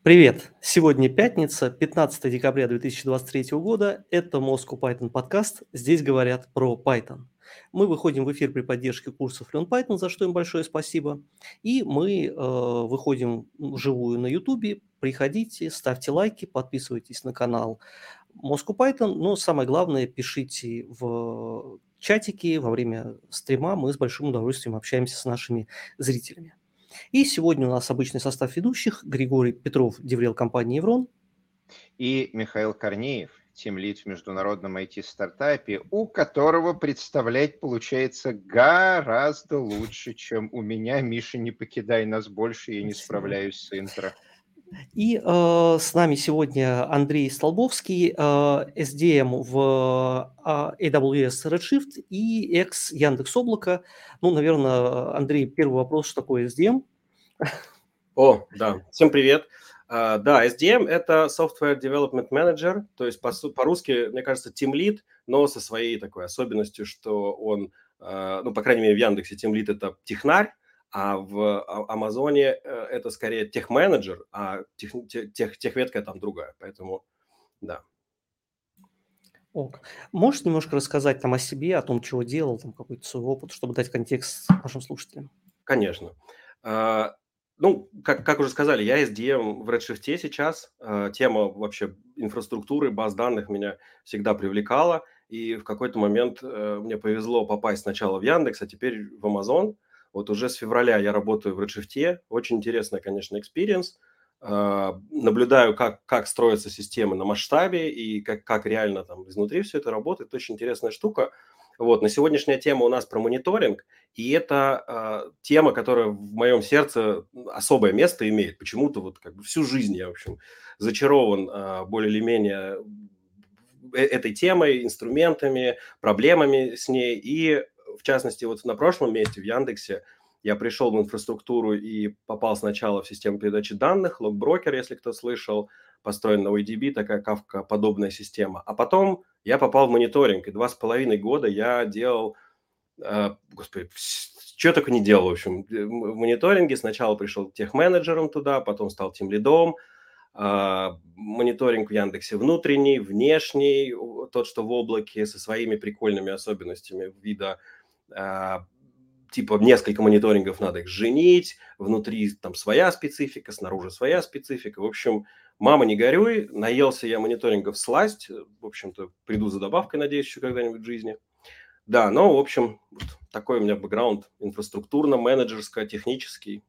Привет! Сегодня пятница, 15 декабря 2023 года. Это Moscow Python подкаст. Здесь говорят про Python. Мы выходим в эфир при поддержке курсов Learn Python, за что им большое спасибо. И мы выходим вживую на YouTube. Приходите, ставьте лайки, подписывайтесь на канал Moscow Python. Но самое главное, пишите в чатике во время стрима. Мы с большим удовольствием общаемся с нашими зрителями. И сегодня у нас обычный состав ведущих: Григорий Петров, деврел компании «Еврон». И Михаил Корнеев, тимлид в международном IT-стартапе, у которого представлять получается гораздо лучше, чем у меня. Миша, не покидай нас больше, я не Спасибо. справляюсь с интро. И с нами сегодня Андрей Столбовский, SDM в AWS Redshift и экс Яндекс.Облако. Ну, наверное, Андрей, первый вопрос, что такое SDM? Да, всем привет. Да, SDM – это Software Development Manager, то есть по-русски, мне кажется, Team Lead, но со своей такой особенностью, что он, ну, по крайней мере, в Яндексе Team Lead – это технарь, а в Амазоне это скорее техменеджер, а техветка там другая, поэтому да. Ок. Можешь немножко рассказать там о себе, о том, чего делал, там какой-то свой опыт, чтобы дать контекст нашим слушателям? Конечно. Ну, как уже сказали, я SDM в Redshift сейчас. Тема вообще инфраструктуры, баз данных меня всегда привлекала. И в какой-то момент мне повезло попасть сначала в Яндекс, а теперь в Amazon. Вот уже с февраля я работаю в Redshift. Очень интересный, конечно, экспириенс. Наблюдаю, как строятся системы на масштабе и как реально там изнутри все это работает. Очень интересная штука. Вот, на сегодняшняя тема у нас про мониторинг. И это тема, которая в моем сердце особое место имеет. Почему-то вот как бы всю жизнь я, в общем, зачарован более или менее этой темой, инструментами, проблемами с ней. И, в частности, вот на прошлом месте в Яндексе я пришел в инфраструктуру и попал сначала в систему передачи данных, логброкер, если кто слышал, построен на ODB, такая Kafka-подобная система. А потом я попал в мониторинг, и 2,5 года я делал господи, что я только не делал, в общем, в мониторинге. Сначала пришел техменеджером туда, потом стал тимлидом. Мониторинг в Яндексе внутренний, внешний, тот, что в облаке, со своими прикольными особенностями вида. Типа несколько мониторингов надо их женить, внутри там своя специфика, снаружи своя специфика. В общем, мама, не горюй, наелся я мониторингов сласть. В общем-то, приду за добавкой, надеюсь, еще когда-нибудь в жизни. Да, ну, в общем, вот такой у меня бэкграунд инфраструктурно-менеджерско-технический.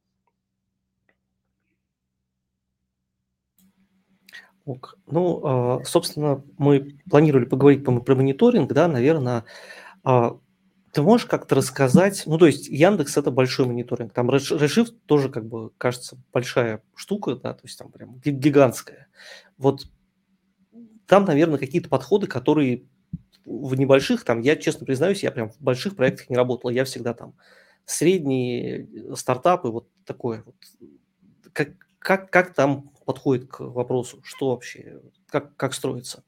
Ок. Ну, собственно, мы планировали поговорить про мониторинг, да, наверное. Ты можешь как-то рассказать, ну, то есть Яндекс – это большой мониторинг, там Redshift тоже, как бы, кажется, большая штука, да, то есть там прям гигантская. Вот там, наверное, какие-то подходы, которые в небольших, там, я честно признаюсь, я прям в больших проектах не работал, я всегда там средние стартапы, вот такое вот. Как там подходит к вопросу, что вообще, как строится?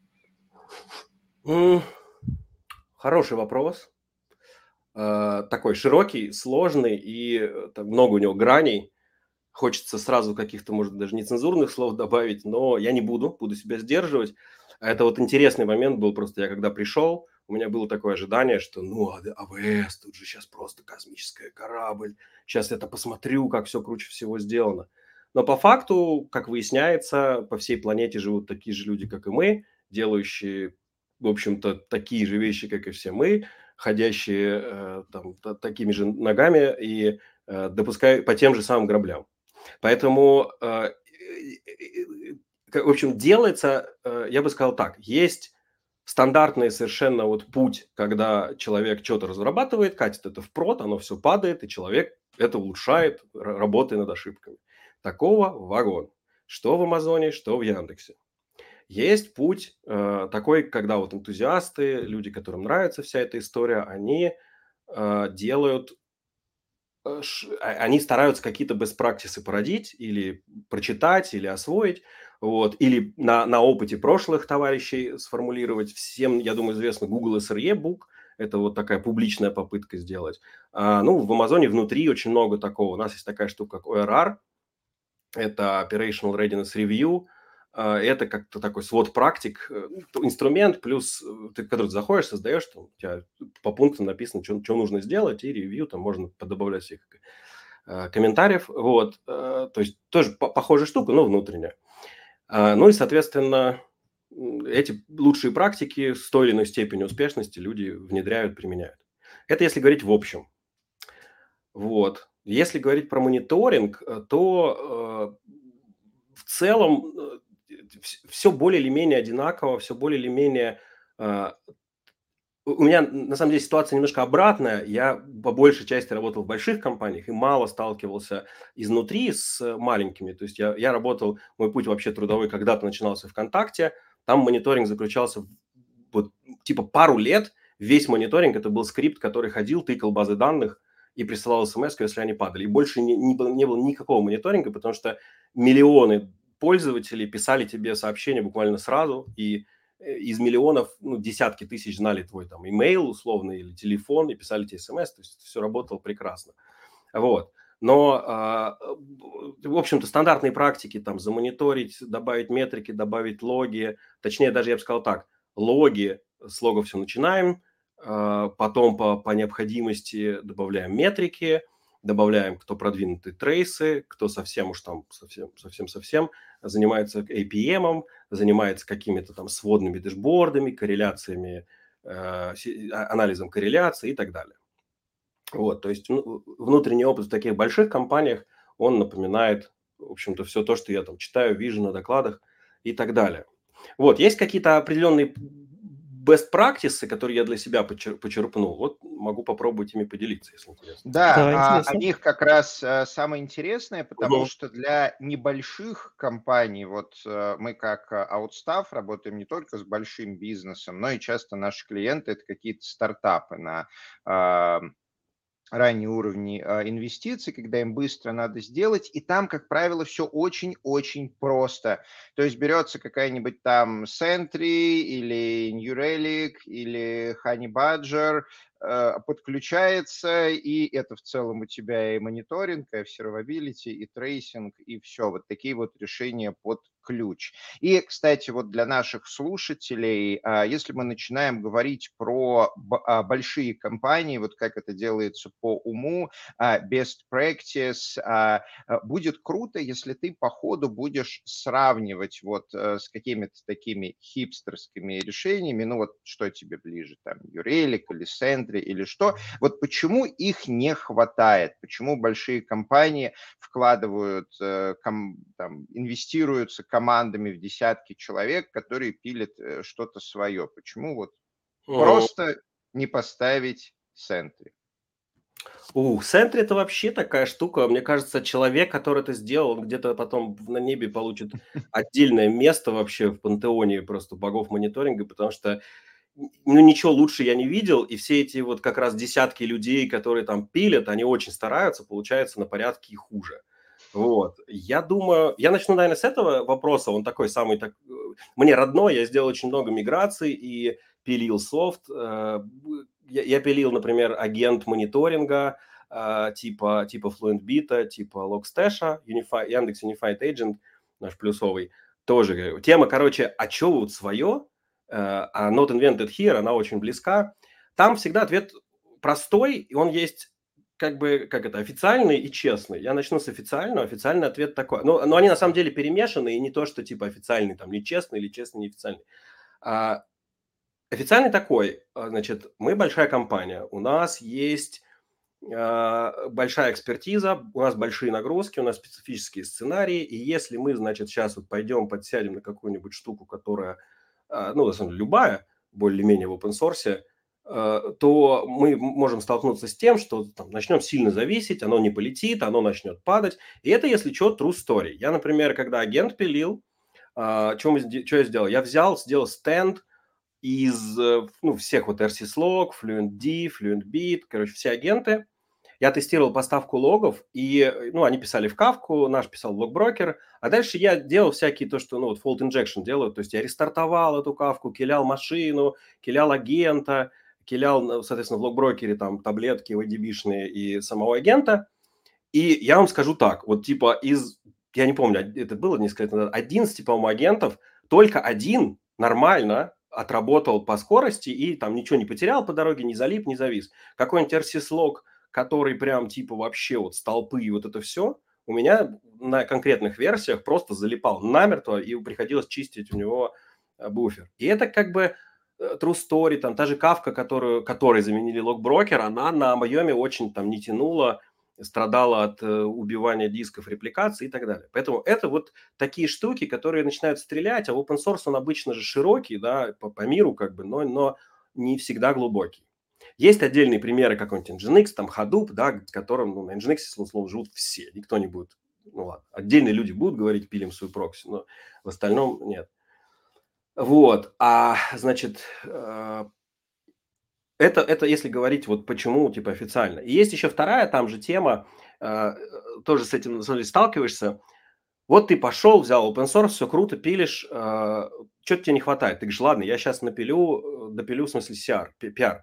Хороший вопрос. Такой широкий, сложный и там много у него граней. Хочется сразу каких-то, может, даже нецензурных слов добавить, но я не буду себя сдерживать. Это вот интересный момент был просто. Я когда пришел, у меня было такое ожидание, что ну, АВС, тут же сейчас просто космический корабль. Сейчас я это посмотрю, как все круче всего сделано. Но по факту, как выясняется, по всей планете живут такие же люди, как и мы, делающие, в общем-то, такие же вещи, как и все мы, ходящие там, такими же ногами и допуская по тем же самым граблям. Поэтому, в общем, делается, я бы сказал так, есть стандартный совершенно вот путь, когда человек что-то разрабатывает, катит это в прод, оно все падает, и человек это улучшает, работая над ошибками. Такого вагон. Что в Амазоне, что в Яндексе. Есть путь такой, когда вот энтузиасты, люди, которым нравится вся эта история, они делают они стараются какие-то best practices породить или прочитать, или освоить, вот, или на опыте прошлых товарищей сформулировать. Всем, я думаю, известно Google SRE Book. Это вот такая публичная попытка сделать. Ну, в Амазоне внутри очень много такого. У нас есть такая штука, как ORR. это Operational Readiness Review. Это как-то такой свод практик, инструмент, плюс ты, когда ты заходишь, создаешь, там, у тебя по пунктам написано, что нужно сделать, и ревью, там можно подобавлять всех комментариев. Вот. То есть тоже похожая штука, но внутренняя. Ну и, соответственно, эти лучшие практики с той или иной степенью успешности люди внедряют, применяют. Это если говорить в общем. Вот. Если говорить про мониторинг, то в целом все более или менее одинаково, все более или менее... У меня, на самом деле, ситуация немножко обратная. Я по большей части работал в больших компаниях и мало сталкивался изнутри с маленькими. То есть я работал, мой путь вообще трудовой когда-то начинался ВКонтакте. Там мониторинг заключался вот, типа пару лет. Весь мониторинг – это был скрипт, который ходил, тыкал базы данных и присылал смс, если они падали. И больше не было никакого мониторинга, потому что миллионы пользователей писали тебе сообщения буквально сразу, и из миллионов, десятки тысяч знали твой там имейл условный или телефон и писали тебе смс, то есть все работало прекрасно. Вот. Но, в общем-то, стандартные практики, там, замониторить, добавить метрики, добавить логи, точнее, даже я бы сказал так, логи, с логов все начинаем, потом по необходимости добавляем метрики, добавляем, кто продвинутые трейсы, кто совсем уж там, совсем занимается APM, занимается какими-то там сводными дэшбордами, корреляциями, анализом корреляции и так далее. Вот, то есть внутренний опыт в таких больших компаниях, он напоминает, в общем-то, все то, что я там читаю, вижу на докладах и так далее. Вот, есть какие-то определенные best practices, которые я для себя почерпнул. Вот могу попробовать ими поделиться, если интересно. Да, о интересно. них как раз самое интересное, потому что для небольших компаний, вот мы как Outstaff работаем не только с большим бизнесом, но и часто наши клиенты это какие-то стартапы на ранние уровни инвестиций, когда им быстро надо сделать, и там, как правило, все очень-очень просто. То есть берется какая-нибудь там Sentry или New Relic или Honey Badger, подключается, и это в целом у тебя и мониторинг, и observability, и трейсинг, и все. Вот такие вот решения под ключ. И, кстати, вот для наших слушателей, если мы начинаем говорить про большие компании, вот как это делается по уму, best practice, будет круто, если ты по ходу будешь сравнивать вот с какими-то такими хипстерскими решениями, ну вот что тебе ближе, там, New Relic или Sentry или что, вот почему их не хватает, почему большие компании вкладывают, там, инвестируются командами в десятки человек, которые пилят что-то свое. Почему вот просто не поставить Sentry? Sentry – это вообще такая штука. Мне кажется, человек, который это сделал, он где-то потом на небе получит отдельное место вообще в пантеоне просто богов мониторинга, потому что ничего лучше я не видел, и все эти вот как раз десятки людей, которые там пилят, они очень стараются, получается на порядке и хуже. Вот. Я думаю, я начну, наверное, с этого вопроса. Он такой самый, мне родной, я сделал очень много миграций и пилил софт. Я пилил, например, агент мониторинга типа FluentBit, типа Logstash, Яндекс Unified Agent, наш плюсовый. Тоже тема, короче, а что вот свое? А Not Invented Here, она очень близка. Там всегда ответ простой, и он есть как это, официальный и честный. Я начну с официального. Официальный ответ такой. Но они на самом деле перемешаны, и не то, что типа официальный, там, нечестный или честный, неофициальный. Официальный такой, значит, мы большая компания, у нас есть большая экспертиза, у нас большие нагрузки, у нас специфические сценарии, и если мы, значит, сейчас вот пойдем подсядем на какую-нибудь штуку, которая, на самом деле, любая, более-менее в open source, то мы можем столкнуться с тем, что там, начнем сильно зависеть, оно не полетит, оно начнет падать. И это, если что, true story. Я, например, когда агент пилил, что я сделал? Я сделал стенд из всех вот RC-Slog, FluentD, FluentBit, короче, все агенты. Я тестировал поставку логов, и они писали в Kafka, наш писал в логброкер, а дальше я делал всякие то, что fault injection делаю, то есть я рестартовал эту Kafka, килял машину, килял агента, килял, соответственно, в логброкере там таблетки VDB-шные и самого агента. И я вам скажу так, вот типа из я не помню, это было несколько лет назад, 11, по-моему, агентов, только один нормально отработал по скорости и там ничего не потерял по дороге, не залип, не завис. Какой-нибудь RC-слог, который прям типа вообще вот столпы и вот это все, у меня на конкретных версиях просто залипал намертво, и приходилось чистить у него буфер. И это как бы true story, там та же Kafka, которой заменили лог-брокер, она на Майоме очень там не тянула, страдала от убивания дисков, репликации и так далее. Поэтому это вот такие штуки, которые начинают стрелять, а open source он обычно же широкий, да, по миру как бы, но не всегда глубокий. Есть отдельные примеры, какой-нибудь Nginx, там Hadoop, да, с которым на Nginx, условно, живут все. Никто не будет, ну ладно, отдельные люди будут говорить, пилим свою прокси, но в остальном нет. Вот, значит, это если говорить вот почему, типа, официально. И есть еще вторая там же тема, тоже с этим, на самом деле, сталкиваешься. Вот ты пошел, взял open source, все круто, пилишь, что-то тебе не хватает. Ты говоришь, ладно, я сейчас допилю, в смысле, PR.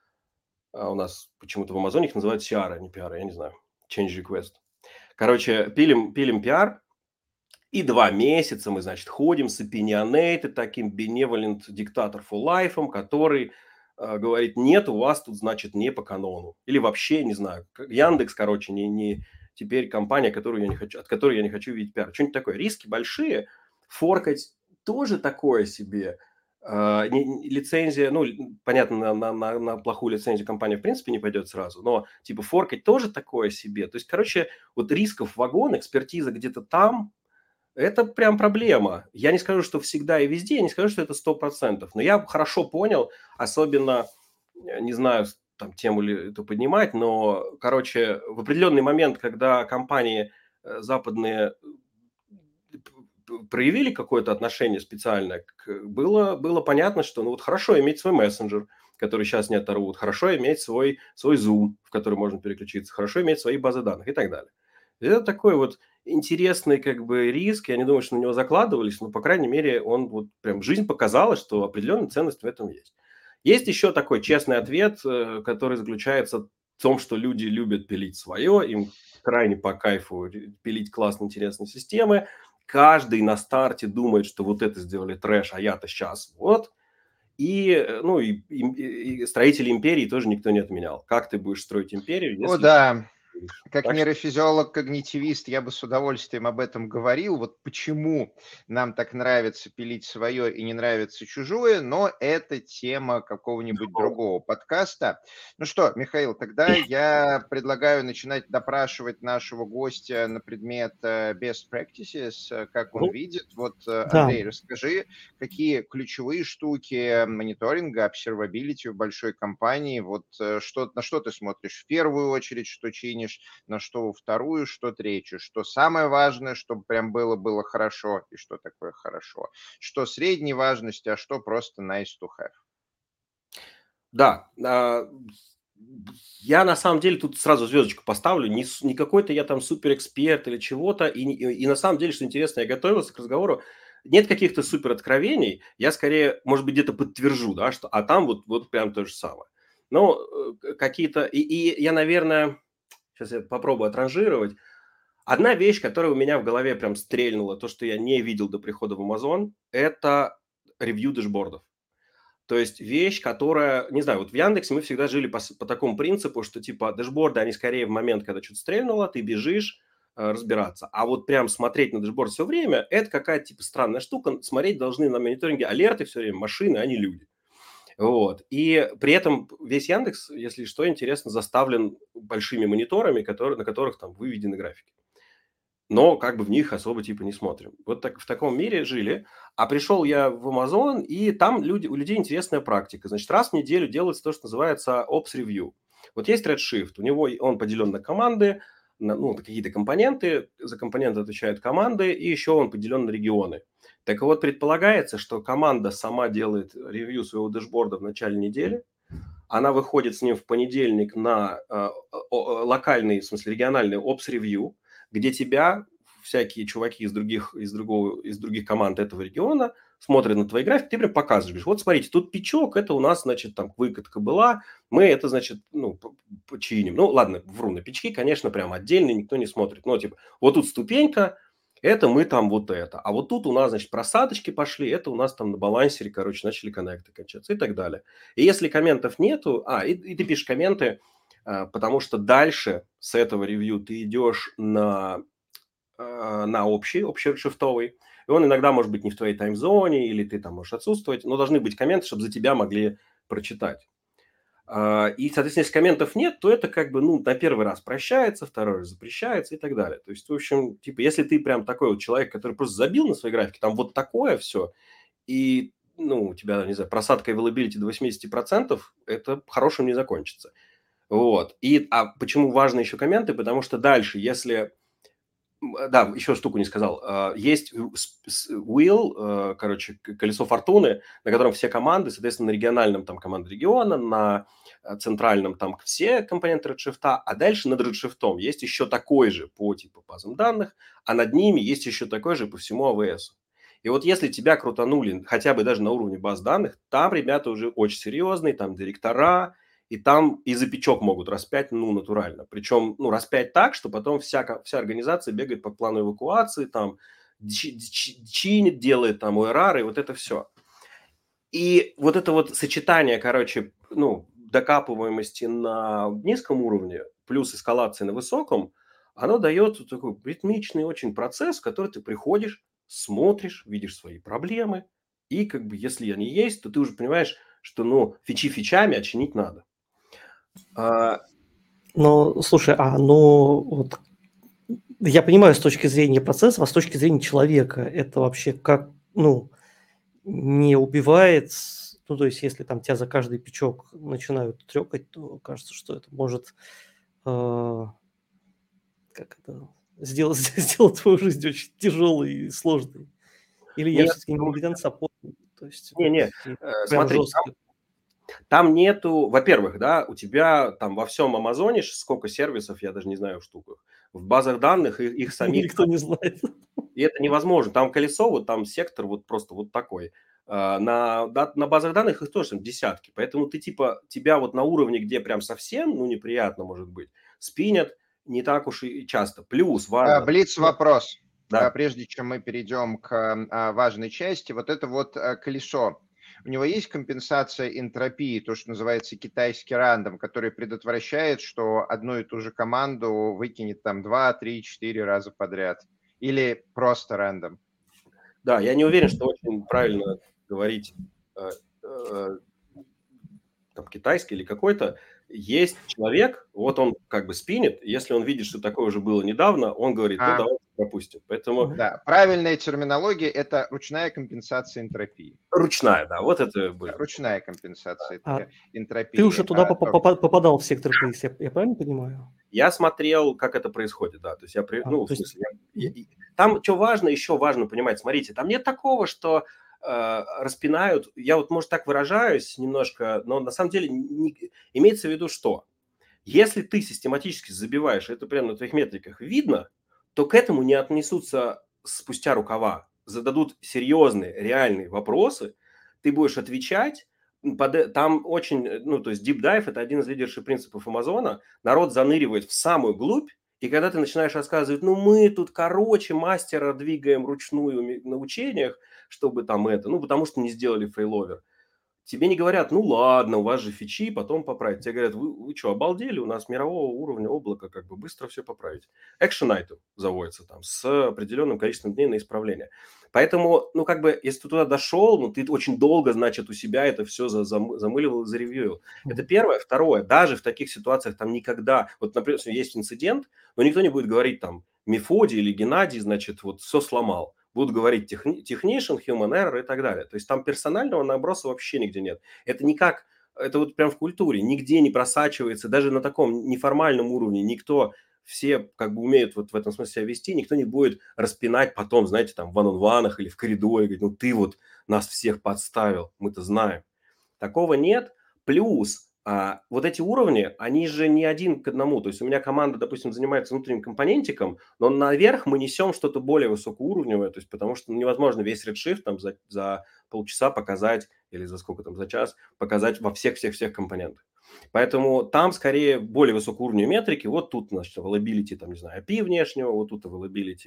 У нас почему-то в Амазоне их называют CR, а не PR, я не знаю. Change request. Короче, пилим PR, и 2 месяца мы, значит, ходим с opinionated, таким benevolent диктатор for life, который говорит, нет, у вас тут, значит, не по канону. Или вообще, не знаю, Яндекс, короче, не теперь компания, от которой я не хочу видеть пиар. Что-нибудь такое. Риски большие. Форкать тоже такое себе. Лицензия, ну, понятно, на плохую лицензию компания в принципе не пойдет сразу, но типа форкать тоже такое себе. То есть, короче, вот рисков вагон, экспертиза где-то там, это прям проблема. Я не скажу, что всегда и везде, я не скажу, что это 100%, но я хорошо понял, особенно, не знаю, там тему ли это поднимать, но, короче, в определенный момент, когда компании западные проявили какое-то отношение специальное, было понятно, что ну вот хорошо иметь свой мессенджер, который сейчас не оторвут, хорошо иметь свой Zoom, в который можно переключиться, хорошо иметь свои базы данных и так далее. Это такой вот интересный как бы риск, я не думаю, что на него закладывались, но, по крайней мере, он вот прям жизнь показала, что определенная ценность в этом есть. Есть еще такой честный ответ, который заключается в том, что люди любят пилить свое, им крайне по кайфу пилить классные, интересные системы. Каждый на старте думает, что вот это сделали трэш, а я-то сейчас вот. И, ну, и строители империи тоже никто не отменял. Как ты будешь строить империю, О, если... да. Как Так что нейрофизиолог, когнитивист, я бы с удовольствием об этом говорил. Вот почему нам так нравится пилить свое и не нравится чужое, но это тема какого-нибудь другого подкаста. Ну что, Михаил, тогда я предлагаю начинать допрашивать нашего гостя на предмет best practices, как он Ну, видит. Вот, да, Андрей, расскажи, какие ключевые штуки мониторинга, observability в большой компании, вот на что ты смотришь в первую очередь, что чинишь, на что во вторую, что третью, что самое важное, чтобы прям было хорошо, и что такое хорошо, что средней важности, а что просто nice to have. да, я на самом деле тут сразу звездочку поставлю. Не какой-то я там суперэксперт или чего-то. И на самом деле, что интересно, я готовился к разговору. Нет каких-то супер откровений. Я скорее, может быть, где-то подтвержу, да, что там вот прям то же самое. Но какие-то... И я, наверное, сейчас я попробую отранжировать. Одна вещь, которая у меня в голове прям стрельнула, то, что я не видел до прихода в Amazon, это ревью дэшбордов. То есть вещь, которая, не знаю, вот в Яндексе мы всегда жили по такому принципу, что типа дэшборды, они скорее в момент, когда что-то стрельнуло, ты бежишь разбираться. А вот прям смотреть на дэшборд все время, это какая-то типа странная штука. Смотреть должны на мониторинге алерты все время, машины, а не люди. Вот. И при этом весь Яндекс, если что, интересно, заставлен большими мониторами, на которых там выведены графики. Но как бы в них особо типа не смотрим. Вот так, в таком мире жили. А пришел я в Amazon, и там у людей интересная практика. Значит, раз в неделю делается то, что называется Ops Review. Вот есть Redshift, он поделен на команды, на какие-то компоненты, за компоненты отвечают команды, и еще он поделен на регионы. Так вот, предполагается, что команда сама делает ревью своего дэшборда в начале недели, она выходит с ним в понедельник на локальный, в смысле региональный Ops Review, где тебя всякие чуваки из других команд этого региона смотрят на твои графики, ты прям показываешь. Говоришь, вот смотрите, тут пичок, это у нас, значит, там выкатка была, мы это, значит, починим. Ну, ладно, вру, на пички, конечно, прям отдельно никто не смотрит. Ну, типа, вот тут ступенька, Это мы там вот это. А вот тут у нас, значит, просадочки пошли, это у нас там на балансере, короче, начали коннекты кончаться и так далее. И если комментов нету, и ты пишешь комменты, потому что дальше с этого ревью ты идешь на общий шрифтовый, и он иногда может быть не в твоей таймзоне, или ты там можешь отсутствовать, но должны быть комменты, чтобы за тебя могли прочитать. И, соответственно, если комментов нет, то это как бы, на первый раз прощается, второй раз запрещается и так далее. То есть, в общем, типа, если ты прям такой вот человек, который просто забил на своей графике, там вот такое все, и, у тебя, не знаю, просадка availability до 80%, это хорошим не закончится. Вот. Почему важны еще комменты? Потому что дальше, если... Да, еще штуку не сказал. Есть wheel, короче, колесо фортуны, на котором все команды, соответственно, на региональном там команда региона, на центральном там все компоненты Redshift, а дальше над Redshift есть еще такой же по типу базам данных, а над ними есть еще такой же по всему АВС. И вот если тебя крутанули хотя бы даже на уровне баз данных, там ребята уже очень серьезные, там директора, и там и запечок могут распять, натурально. Причем, распять так, что потом вся организация бегает по плану эвакуации, там, чинит, делает там ORR, и вот это все. И вот это вот сочетание, короче, докапываемости на низком уровне плюс эскалации на высоком, оно дает вот такой ритмичный очень процесс, в который ты приходишь, смотришь, видишь свои проблемы, и как бы если они есть, то ты уже понимаешь, что, фичи фичами, а чинить надо. Но, слушай, вот я понимаю с точки зрения процесса, а с точки зрения человека это вообще как, не убивает, то есть если там тебя за каждый пячок начинают трёкать, то кажется, что это может, как это, сделать твою жизнь очень тяжелой и сложной. Или я Нет, все-таки не до конца понял, то есть вот не, прям смотри, жестко. там нету, во-первых, да, у тебя там во всем Амазоне сколько сервисов, я даже не знаю в штуках. В базах данных их самих... Никто не знает. И это невозможно. Там колесо, вот там сектор вот просто вот такой. На базах данных их тоже там десятки. Поэтому тебя вот на уровне, где прям совсем, неприятно может быть, спинят не так уж и часто. Плюс важно... Блиц-вопрос. Да. Прежде чем мы перейдем к важной части, вот это вот колесо. У него есть компенсация энтропии, то, что называется китайский рандом, который предотвращает, что одну и ту же команду выкинет там 2, 3, 4 раза подряд. Или просто рандом. Да, я не уверен, что очень правильно говорить там китайский или какой-то. Есть человек, вот он как бы спинит, если он видит, что такое уже было недавно, он говорит, давайте пропустим. Поэтому... Да, правильная терминология – это ручная компенсация энтропии. Ручная, да, вот это будет. Ручная компенсация энтропии. Ты уже туда попадал в сектор приз, я правильно понимаю? Я смотрел, как это происходит, да. То есть там что важно, еще важно понимать, смотрите, там нет такого, что распинают, я вот, может, так выражаюсь немножко, но на самом деле имеется в виду, что если ты систематически забиваешь, это прямо на твоих метриках видно, то к этому не отнесутся спустя рукава, зададут серьезные, реальные вопросы, ты будешь отвечать, там очень, то есть deep dive – это один из лидерских принципов Амазона, народ заныривает в самую глубь, и когда ты начинаешь рассказывать, мы тут, мастера двигаем ручную на учениях, чтобы там потому что не сделали фейловер. Тебе не говорят, ладно, у вас же фичи, потом поправить. Тебе говорят, вы что, обалдели? У нас мирового уровня облака, как бы быстро все поправить. Action item заводится там с определенным количеством дней на исправление. Поэтому, если ты туда дошел, ты очень долго, значит, у себя это все замыливал, заревьюил. Это первое. Второе, даже в таких ситуациях там никогда, вот, например, есть инцидент, но никто не будет говорить там, Мефодий или Геннадий, значит, вот все сломал. Будут говорить technician, human error и так далее. То есть там персонального наброса вообще нигде нет. Это никак, это вот прям в культуре, нигде не просачивается, даже на таком неформальном уровне никто, все как бы умеют вот в этом смысле себя вести, никто не будет распинать потом, знаете, там в one-on-one или в коридоре, говорить, ты вот нас всех подставил, мы-то знаем. Такого нет. Плюс вот эти уровни, они же не один к одному. То есть у меня команда, допустим, занимается внутренним компонентиком, но наверх мы несем что-то более высокоуровневое, то есть потому что невозможно весь Redshift там за полчаса показать или за сколько там, за час показать во всех-всех-всех компонентах. Поэтому там скорее более высокоуровневые метрики. Вот тут, значит, availability, там, не знаю, API внешнего, вот тут availability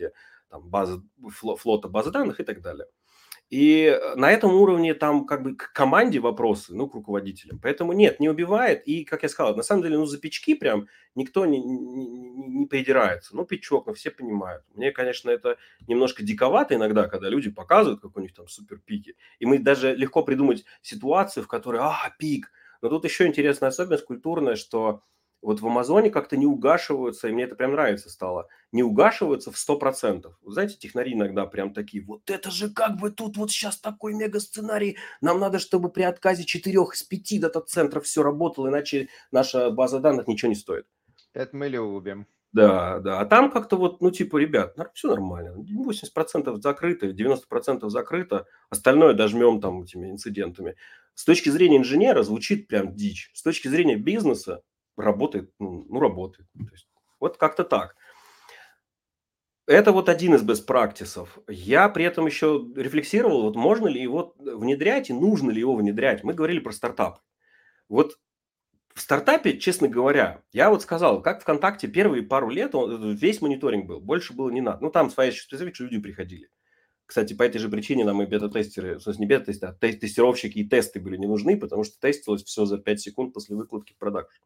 там, флота базы данных и так далее. И на этом уровне там как бы к команде вопросы, ну, к руководителям. Поэтому нет, не убивает. И, как я сказал, на самом деле, ну, за пички прям никто не придирается. Ну, пичок, ну, все понимают. Мне, конечно, это немножко диковато иногда, когда люди показывают, как у них там супер пики. И мы даже легко придумать ситуацию, в которой, пик. Но тут еще интересная особенность культурная, что вот в Амазоне как-то не угашиваются, и мне это прям нравится стало, не угашиваются в 100%. Вы знаете, технари иногда прям такие, вот это же как бы тут вот сейчас такой мега-сценарий, нам надо, чтобы при отказе 4 из 5 дата-центров все работало, иначе наша база данных ничего не стоит. Это мы любим. Да, да. А там как-то вот, ну, типа, ребят, все нормально. 80% закрыто, 90% закрыто, остальное дожмем там этими инцидентами. С точки зрения инженера звучит прям дичь. С точки зрения бизнеса работает, ну работает. То есть, вот как-то так. Это вот один из best practices. Я при этом еще рефлексировал, вот можно ли его внедрять и нужно ли его внедрять. Мы говорили про стартап. Вот в стартапе, честно говоря, я вот сказал, как ВКонтакте первые пару лет весь мониторинг был, больше было не надо. Ну, там своя специфика, что люди приходили. Кстати, по этой же причине нам и бета-тестеры, в смысле не бета-тестеры, а тестировщики и тесты были не нужны, потому что тестилось все за 5 секунд после выкладки в продакшн.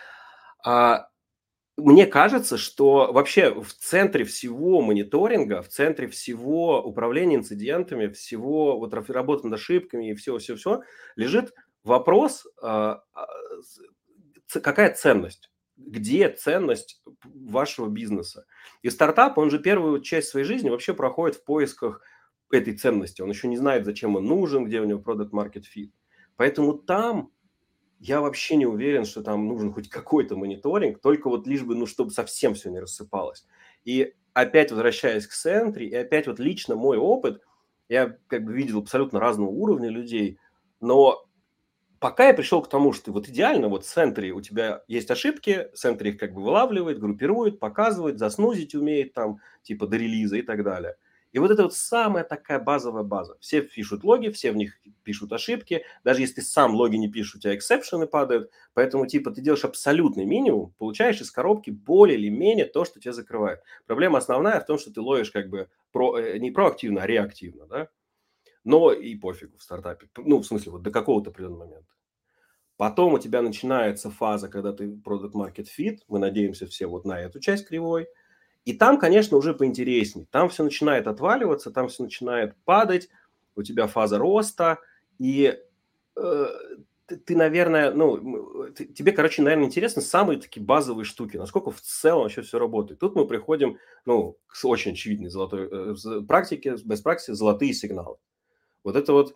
Мне кажется, что вообще в центре всего мониторинга, в центре всего управления инцидентами, всего вот работы над ошибками и все лежит вопрос, какая ценность, где ценность вашего бизнеса. И стартап, он же первую часть своей жизни вообще проходит в поисках этой ценности. Он еще не знает, зачем он нужен, где у него product market fit. Поэтому там я вообще не уверен, что там нужен хоть какой-то мониторинг, только вот лишь бы, ну, чтобы совсем все не рассыпалось. И опять возвращаясь к Sentry, и опять вот лично мой опыт, я как бы видел абсолютно разного уровня людей, но пока я пришел к тому, что вот идеально вот в Sentry у тебя есть ошибки, Sentry их как бы вылавливает, группирует, показывает, заснузить умеет там, типа до релиза и так далее. И вот это вот самая такая базовая база. Все пишут логи, все в них пишут ошибки. Даже если ты сам логи не пишешь, у тебя эксепшены падают. Поэтому типа ты делаешь абсолютный минимум, получаешь из коробки более или менее то, что тебя закрывает. Проблема основная в том, что ты ловишь как бы не проактивно, а реактивно, да? Но и пофигу в стартапе. Ну, в смысле, вот до какого-то определенного момента. Потом у тебя начинается фаза, когда ты product market fit. Мы надеемся все вот на эту часть кривой. И там, конечно, уже поинтереснее. Там все начинает отваливаться, там все начинает падать. У тебя фаза роста. И ты, наверное, тебе, короче, наверное, интересны самые такие базовые штуки. Насколько в целом вообще все работает. Тут мы приходим, к очень очевидной золотой практике, best practice, золотые сигналы. Вот это вот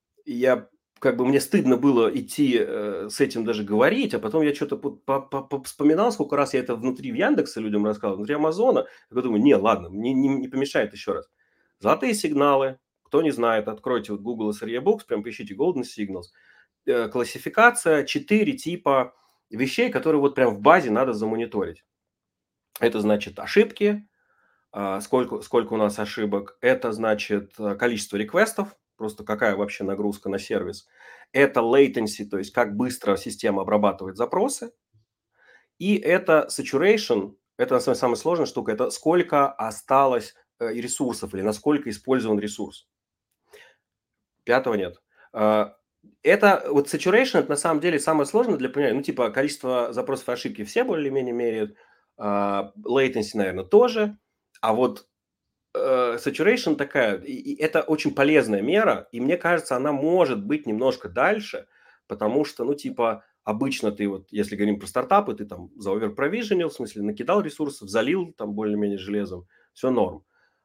мне стыдно было идти с этим даже говорить, а потом я что-то вспоминал, сколько раз я это внутри в Яндексе людям рассказывал, внутри Амазона. Я думаю, не, ладно, мне не помешает еще раз. Золотые сигналы, кто не знает, откройте вот Google SRE Books, прям поищите Golden Signals. Классификация 4 типа вещей, которые вот прям в базе надо замониторить. Это значит ошибки, сколько у нас ошибок. Это значит количество реквестов, просто какая вообще нагрузка на сервис. Это latency, то есть как быстро система обрабатывает запросы. И это saturation, это на самом деле самая сложная штука, это сколько осталось ресурсов или насколько использован ресурс. Пятого нет. Это вот saturation, это на самом деле самое сложное для понимания. Количество запросов и ошибки все более-менее меряют. Latency, наверное, тоже. А вот saturation такая, и это очень полезная мера, и мне кажется, она может быть немножко дальше, потому что, обычно ты вот, если говорим про стартапы, ты там заоверпровиженил, в смысле накидал ресурсов, залил там более-менее железом, все норм.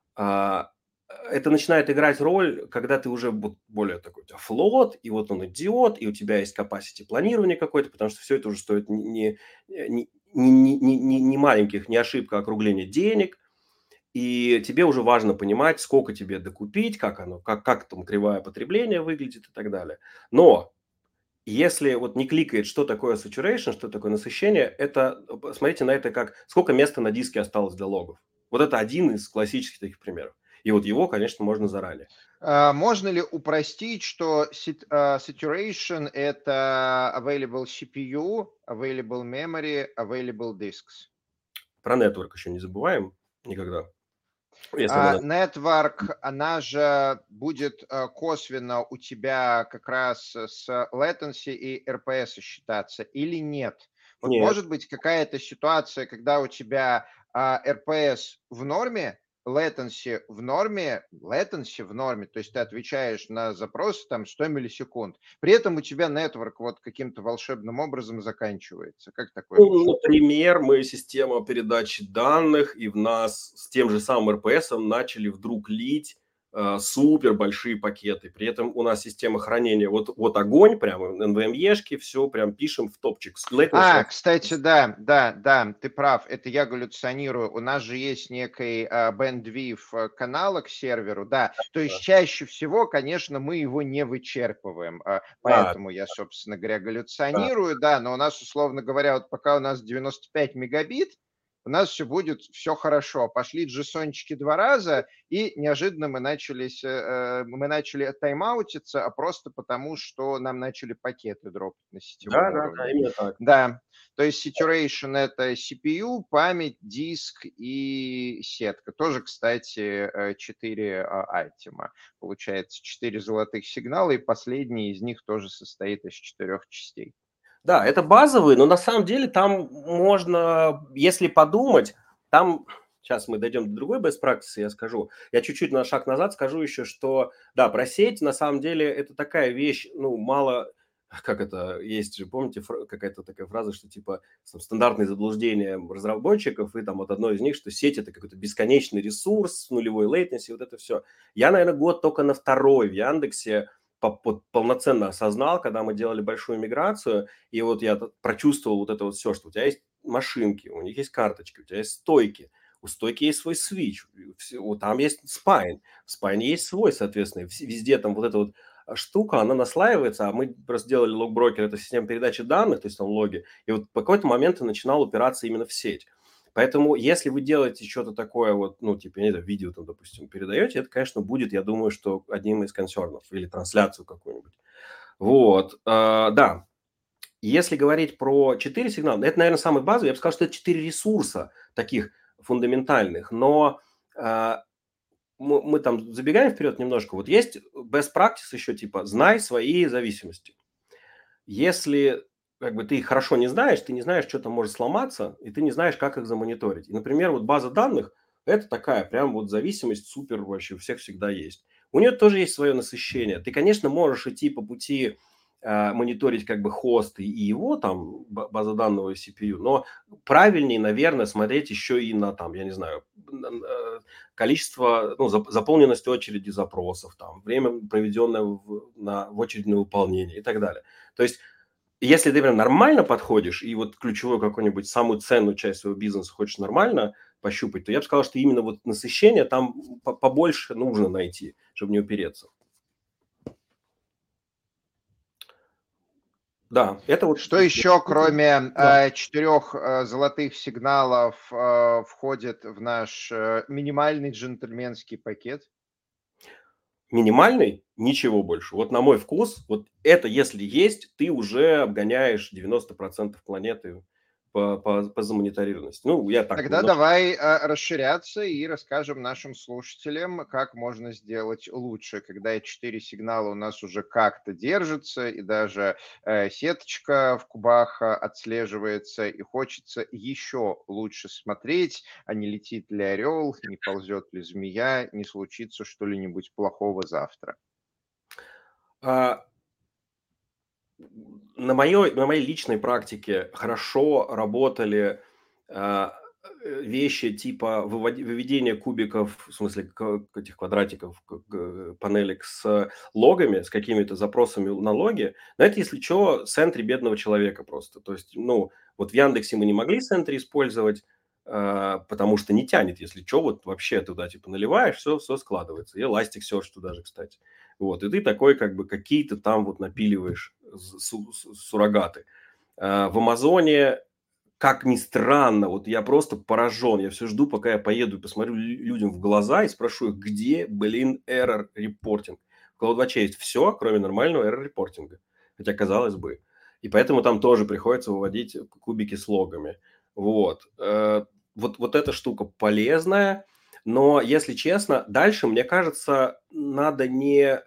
Это начинает играть роль, когда ты уже более такой, у тебя флот, и вот он идет, и у тебя есть capacity планирование какое-то, потому что все это уже стоит не маленьких, не ошибка, а округление денег. И тебе уже важно понимать, сколько тебе докупить, как там кривая потребления выглядит и так далее. Но если вот не кликает, что такое saturation, что такое насыщение, это смотрите на это как сколько места на диске осталось для логов. Вот это один из классических таких примеров. И вот его, конечно, можно заранее. Можно ли упростить, что saturation – это available CPU, available memory, available disks? Про network еще не забываем никогда. Если мы... Network, она же будет косвенно у тебя как раз с latency и RPS считаться или нет? Вот Нет. может быть какая-то ситуация, когда у тебя RPS в норме, latency в норме, то есть ты отвечаешь на запрос там 100 миллисекунд, при этом у тебя network вот каким-то волшебным образом заканчивается. Как такое Ну, может быть? например, мы система передачи данных, и в нас с тем же самым РПСом начали вдруг лить супер большие пакеты. При этом у нас система хранения, вот огонь, прямо NVMe-шки, все прям пишем в топчик. Кстати, да, ты прав, это я галлюционирую. У нас же есть некий bandwidth канала к серверу, да. То есть чаще всего, конечно, мы его не вычерпываем, Да, поэтому я, собственно говоря, да. галлюционирую, да, но у нас, условно говоря, вот пока у нас 95 мегабит, у нас все будет все хорошо. Пошли джессончики 2 раза, и неожиданно мы начали тайм-аутиться, просто потому, что нам начали пакеты дропать на сетевом Да, уровне. именно так. Да, то есть saturation — это CPU, память, диск и сетка. Тоже, кстати, 4 айтема. Получается 4 золотых сигнала, и последний из них тоже состоит из 4 частей. Да, это базовые, но на самом деле там можно, если подумать, там, сейчас мы дойдем до другой best practice, я скажу, я чуть-чуть на шаг назад скажу еще, что, да, про сеть, на самом деле, это такая вещь, ну, мало, как это, есть же, помните, какая-то такая фраза, что, типа, стандартные заблуждения разработчиков, и там вот одно из них, что сеть – это какой-то бесконечный ресурс с нулевой latency, вот это все. Я, наверное, год только на второй в Яндексе полноценно осознал, когда мы делали большую миграцию, и вот я прочувствовал вот это вот все, что у тебя есть машинки, у них есть карточки, у тебя есть стойки, у стойки есть свой свич, вот там есть спайн, в спайне есть свой, соответственно, везде там вот эта вот штука, она наслаивается, а мы просто делали лог-брокер, это система передачи данных, то есть там логи, и вот в какой-то момент я начинал упираться именно в сеть. Поэтому, если вы делаете что-то такое, вот, ну, типа, я не знаю, видео там, допустим, передаете, это, конечно, будет, я думаю, что одним из консернов или трансляцию какую-нибудь. Вот, да. Если говорить про 4 сигнала, это, наверное, самый базовый. Я бы сказал, что это 4 ресурса таких фундаментальных. Но мы там забегаем вперед немножко. Вот есть best practice еще типа «знай свои зависимости». Если как бы ты их хорошо не знаешь, ты не знаешь, что там может сломаться, и ты не знаешь, как их замониторить. И, например, вот база данных – это такая прям вот зависимость супер вообще у всех всегда есть. У нее тоже есть свое насыщение. Ты, конечно, можешь идти по пути мониторить как бы хост и его там база данного CPU, но правильнее, наверное, смотреть еще и на там, я не знаю, количество, ну, заполненность очереди запросов, там, время, проведенное в очередь на выполнение и так далее. То есть, если ты прям нормально подходишь и вот ключевую какую-нибудь самую ценную часть своего бизнеса хочешь нормально пощупать, то я бы сказал, что именно вот насыщение там побольше нужно найти, чтобы не упереться. Да, это вот... Что еще, кроме Да. 4 золотых сигналов, входит в наш минимальный джентльменский пакет? Минимальный, ничего больше. Вот на мой вкус, вот это если есть, ты уже обгоняешь 90% планеты по замониторированности. Ну, я так Тогда немножко... давай расширяться и расскажем нашим слушателям, как можно сделать лучше, когда 4 сигнала у нас уже как-то держатся, и даже сеточка в кубах отслеживается, и хочется еще лучше смотреть, а не летит ли орел, не ползет ли змея, не случится что-нибудь плохого завтра. А, на моей личной практике хорошо работали вещи типа выведения кубиков, в смысле этих квадратиков, панелек с логами, с какими-то запросами на логи. Но это, если что, сентри бедного человека просто. То есть, ну, вот в Яндексе мы не могли сентри использовать, потому что не тянет, если что, вот вообще туда типа наливаешь, все складывается. И Elasticsearch туда же, кстати. Вот, и ты такой как бы какие-то там вот напиливаешь суррогаты. В Амазоне, как ни странно, вот я просто поражен. Я все жду, пока я поеду и посмотрю людям в глаза и спрошу их, где, блин, error репортинг. В Cloud есть все, кроме нормального error репортинга. Хотя, казалось бы. И поэтому там тоже приходится выводить кубики с логами. Вот. Вот эта штука полезная. Но, если честно, дальше, мне кажется, надо не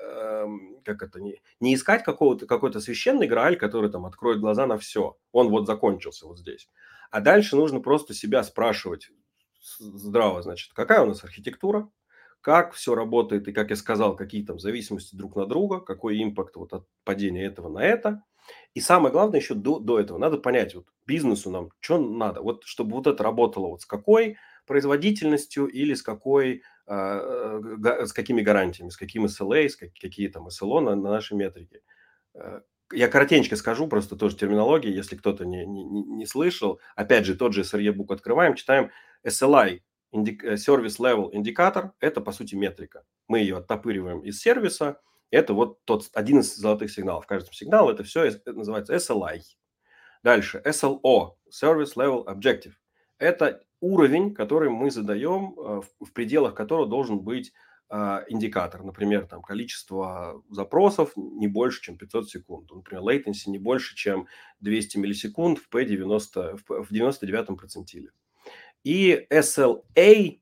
искать какой-то священный грааль, который там откроет глаза на все. Он вот закончился вот здесь. А дальше нужно просто себя спрашивать здраво, значит, какая у нас архитектура, как все работает и, как я сказал, какие там зависимости друг на друга, какой импакт вот от падения этого на это. И самое главное еще до этого надо понять, вот бизнесу нам что надо, вот чтобы вот это работало вот с какой производительностью или с какой с какими гарантиями, с каким SLA, какие там SLO на нашей метрике. Я коротенько скажу, просто тоже терминология, если кто-то не слышал. Опять же, тот же SRE-бук открываем, читаем SLI, Service Level Indicator, это по сути метрика. Мы ее оттопыриваем из сервиса, это вот тот один из золотых сигналов. Каждый сигнал это все называется SLI. Дальше SLO, Service Level Objective. Это уровень, который мы задаем, в пределах которого должен быть индикатор. Например, там количество запросов не больше, чем 500 секунд. Например, latency не больше, чем 200 миллисекунд в P90, в 99-м процентиле. И SLA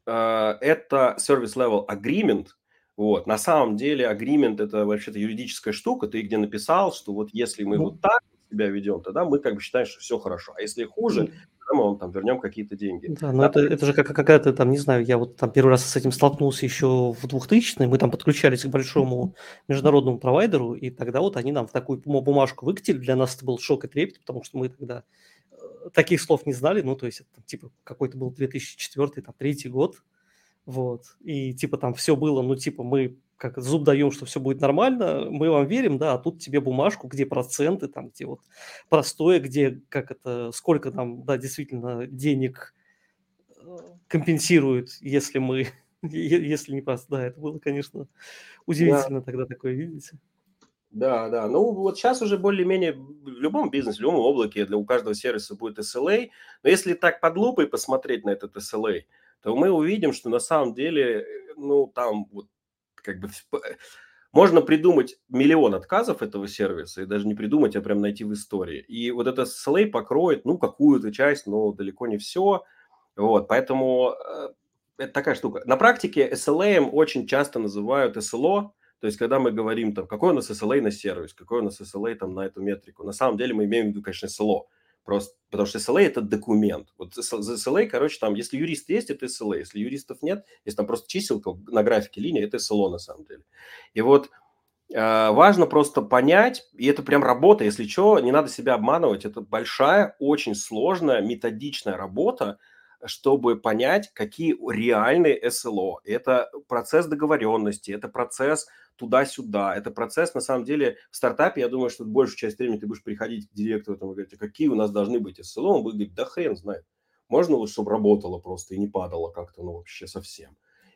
это Service Level Agreement. Вот. На самом деле agreement это вообще-то юридическая штука. Ты где написал, что вот если мы вот так себя ведем, тогда мы как бы считаем, что все хорошо. А если хуже, тогда мы вам там вернем какие-то деньги. Да, но это же какая-то там, не знаю, я вот там первый раз с этим столкнулся еще в 2000-е, мы там подключались к большому международному провайдеру, и тогда вот они нам в такую бумажку выкатили, для нас это был шок и трепет, потому что мы тогда таких слов не знали, ну, то есть это типа какой-то был 2004-й, там, 3-й год, вот, и типа там все было, ну, типа мы как зуб даем, что все будет нормально, мы вам верим, да, а тут тебе бумажку, где проценты, там, где вот простое, где как это, сколько там, да, действительно денег компенсируют, если мы, если не просто, да, это было, конечно, удивительно тогда такое видеть. Да, да. Ну, вот сейчас уже более-менее в любом бизнесе, в любом облаке у каждого сервиса будет SLA. Но если так под лупой посмотреть на этот SLA, то мы увидим, что на самом деле, ну, там вот как бы можно придумать миллион отказов этого сервиса и даже не придумать, а прям найти в истории. И вот этот SLA покроет, ну, какую-то часть, но далеко не все. Вот, поэтому это такая штука. На практике SLA очень часто называют SLO, то есть, когда мы говорим, там, какой у нас SLA на сервис, какой у нас SLA там, на эту метрику, на самом деле мы имеем в виду, конечно, SLO. Просто потому что SLA – это документ. Вот за SLA, короче, там, если юрист есть, это SLA. Если юристов нет, если там просто чиселка на графике линии, это SLO на самом деле. И вот важно просто понять, и это прям работа, если что, не надо себя обманывать. Это большая, очень сложная, методичная работа, чтобы понять, какие реальные SLO. Это процесс договоренности, это процесс туда-сюда. Это процесс, на самом деле, в стартапе, я думаю, что большую часть времени ты будешь приходить к директору и говорить, а какие у нас должны быть SLO? Он будет говорить, да хрен знает. Можно лучше, чтобы работало просто и не падало как-то, ну, вообще совсем.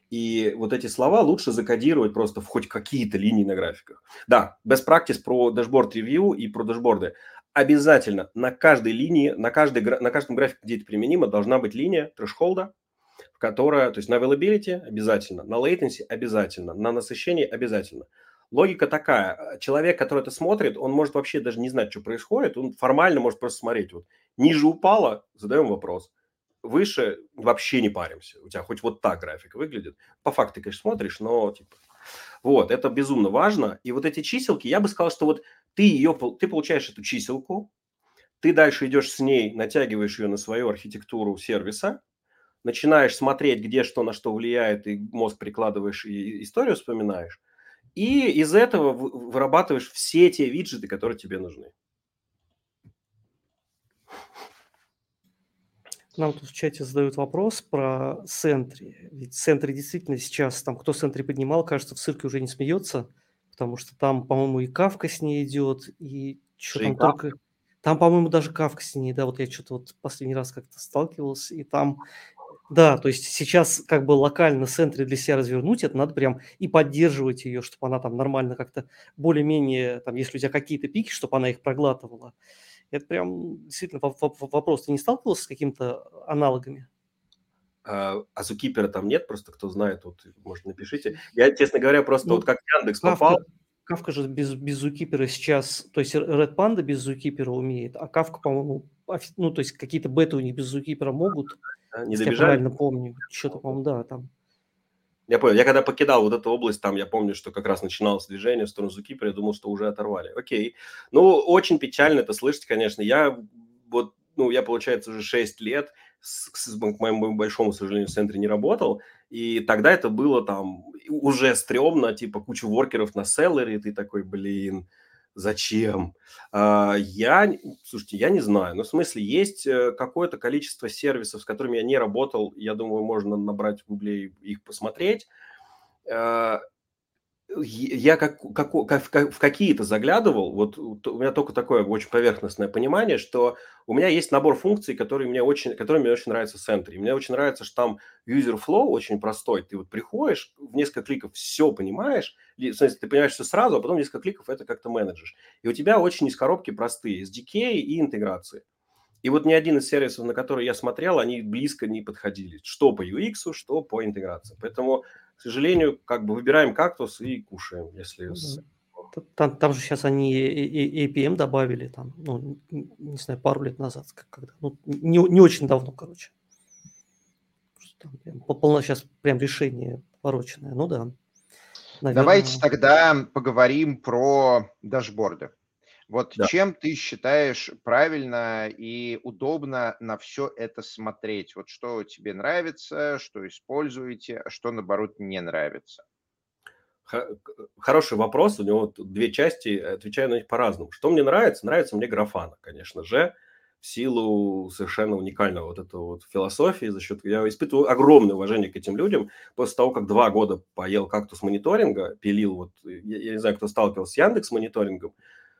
И вот эти слова лучше закодировать просто в хоть какие-то линии на графиках. Да, best practice про dashboard review и про дашборды. Обязательно на каждой линии, на каждом графике, где это применимо, должна быть линия трэшхолда, которая, то есть на availability обязательно, на latency обязательно, на насыщении обязательно. Логика такая. Человек, который это смотрит, он может вообще даже не знать, что происходит. Он формально может просто смотреть. Вот ниже упало, задаем вопрос. Выше вообще не паримся. У тебя хоть вот так график выглядит. По факту ты, конечно, смотришь, но типа... Вот, это безумно важно. И вот эти чиселки, я бы сказал, что вот ты получаешь эту чиселку, ты дальше идешь с ней, натягиваешь ее на свою архитектуру сервиса, начинаешь смотреть, где что на что влияет, и мозг прикладываешь, и историю вспоминаешь, и из этого вырабатываешь все те виджеты, которые тебе нужны. Нам тут в чате задают вопрос про Sentry. Ведь Sentry действительно сейчас, там кто Sentry поднимал, кажется, в цирке уже не смеется, потому что там, по-моему, и Kafka с ней идет, и что там только... Там, по-моему, даже Kafka с ней, да, вот я что-то вот последний раз как-то сталкивался, и там... Да, то есть сейчас как бы локально Sentry для себя развернуть, это надо прям и поддерживать ее, чтобы она там нормально как-то более-менее, там, если у тебя какие-то пики, чтобы она их проглатывала. Это прям действительно вопрос. Ты не сталкивался с какими-то аналогами? А Zookeeper там нет, просто кто знает, вот, может, напишите. Я, честно говоря, просто вот как Яндекс попал. Kafka же без Zookeeper сейчас, то есть Red Panda без Zookeeper умеет, а Kafka, по-моему, ну, то есть какие-то беты у них без Zookeeper могут. Не если я добежали? правильно помню. Что-то, по-моему, да, там. Я понял. Я когда покидал вот эту область, там я помню, что как раз начиналось движение в сторону Зукипера, я думал, что уже оторвали. Окей. Ну, очень печально это слышать, конечно. Я вот, ну, я, получается, уже 6 лет, к моему большому сожалению, в центре не работал, и тогда это было там уже стрёмно, типа куча воркеров на селлере, ты такой, блин, зачем? Слушайте, я не знаю. Ну, в смысле, есть какое-то количество сервисов, с которыми я не работал. Я думаю, можно набрать в Гугле и их посмотреть. Э, Я в какие-то заглядывал, вот у меня только такое очень поверхностное понимание, что у меня есть набор функций, которые мне очень нравятся в центре. Мне очень нравится, что там user flow очень простой. Ты вот приходишь, в несколько кликов все понимаешь, в смысле, ты понимаешь все сразу, а потом несколько кликов это как-то менеджишь. И у тебя очень из коробки простые SDK и интеграции. И вот ни один из сервисов, на которые я смотрел, они близко не подходили. Что по UX, что по интеграции. Поэтому, к сожалению, как бы выбираем кактус и кушаем, если... Ну да. Там же сейчас они APM добавили, там, ну, не знаю, пару лет назад, когда, ну, не очень давно, короче. Там прям сейчас прям решение порочное. Ну да, Давайте наверное. тогда поговорим про дашборды. Вот Да. чем ты считаешь правильно и удобно на все это смотреть? Вот что тебе нравится, что используете, а что, наоборот, не нравится? Хороший вопрос, у него тут две части, отвечаю на них по-разному. Что мне нравится? Нравится мне Grafana, конечно же, в силу совершенно уникального вот этого вот философии. Я испытываю огромное уважение к этим людям. После того, как 2 года поел кактус мониторинга, пилил, вот, я не знаю, кто сталкивался с Яндекс мониторингом,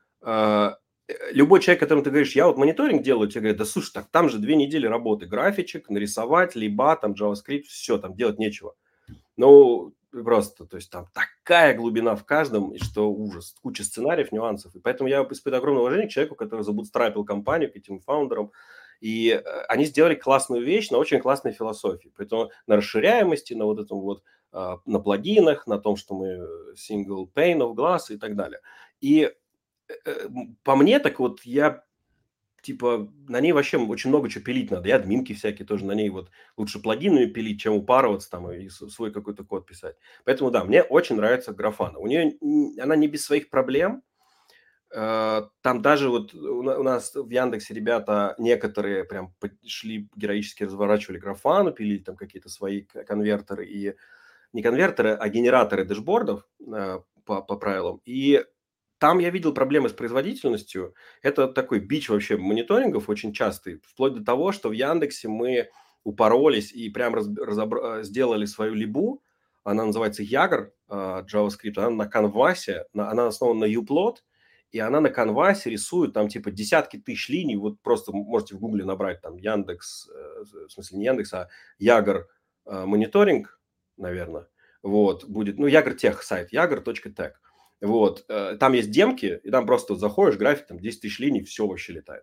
любой человек, которому ты говоришь, я вот мониторинг делаю, тебе говорят, да слушай, так там же 2 недели работы, графичек, нарисовать, либо там JavaScript, все, там делать нечего. Ну, просто, то есть там такая глубина в каждом, и что ужас, куча сценариев, нюансов. И поэтому я испытываю огромное уважение к человеку, который забутстрапил компанию, к этим фаундерам. И они сделали классную вещь на очень классной философии. Поэтому на расширяемости, на вот этом вот, на плагинах, на том, что мы single pane of glass и так далее. И по мне, так вот я типа, на ней вообще очень много чего пилить надо. И админки всякие тоже на ней вот лучше плагинами пилить, чем упарываться там и свой какой-то код писать. Поэтому да, мне очень нравится Grafana. У нее, она не без своих проблем. Там даже вот у нас в Яндексе ребята некоторые прям шли героически разворачивали Grafana, пилили там какие-то свои конвертеры и не конвертеры, а генераторы дэшбордов по правилам. И там я видел проблемы с производительностью. Это такой бич вообще мониторингов очень частый. Вплоть до того, что в Яндексе мы упоролись и прям сделали свою либу. Она называется Jaeger, JavaScript. Она на канвасе, она основана на uplot. И она на канвасе рисует там типа десятки тысяч линий. Вот просто можете в Гугле набрать там Яндекс, в смысле не Яндекс, а Jaeger мониторинг, наверное. Вот, будет, ну, Jaeger Tech сайт, jaeger.tech. Вот, там есть демки, и там просто заходишь, график, там 10 тысяч линий, все вообще летает.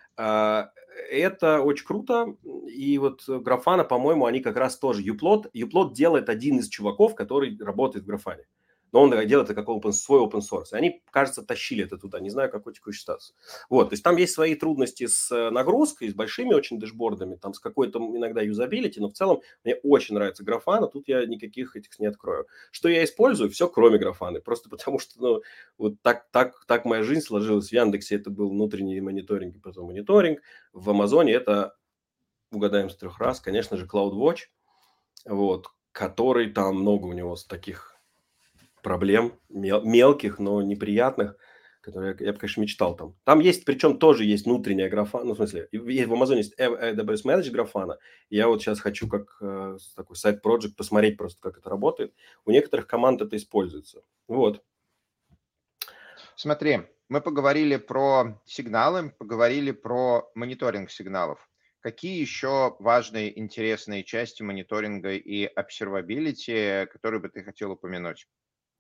Это очень круто, и вот Grafana, по-моему, они как раз тоже Uplot делает один из чуваков, который работает в Grafana. Но он делает это как свой open source. И они, кажется, тащили это туда. Не знаю, какой текущий статус. Вот, то есть там есть свои трудности с нагрузкой, с большими очень дэшбордами, там с какой-то иногда юзабилити, но в целом мне очень нравится Grafana, тут я никаких этих не открою. Что я использую? Все, кроме Grafana. Просто потому что, ну, вот так моя жизнь сложилась. В Яндексе это был внутренний мониторинг и потом мониторинг. В Амазоне это, угадаем с 3 раз, конечно же, CloudWatch, вот, который там много у него таких проблем, мелких, но неприятных, которые я бы, конечно, мечтал там. Там есть, причем тоже есть внутренняя Grafana, ну, в смысле, в Амазоне есть AWS Managed Grafana. Я вот сейчас хочу как такой сайт-проект посмотреть просто, как это работает. У некоторых команд это используется. Вот. Смотри, мы поговорили про сигналы, поговорили про мониторинг сигналов. Какие еще важные, интересные части мониторинга и observability, которые бы ты хотел упомянуть?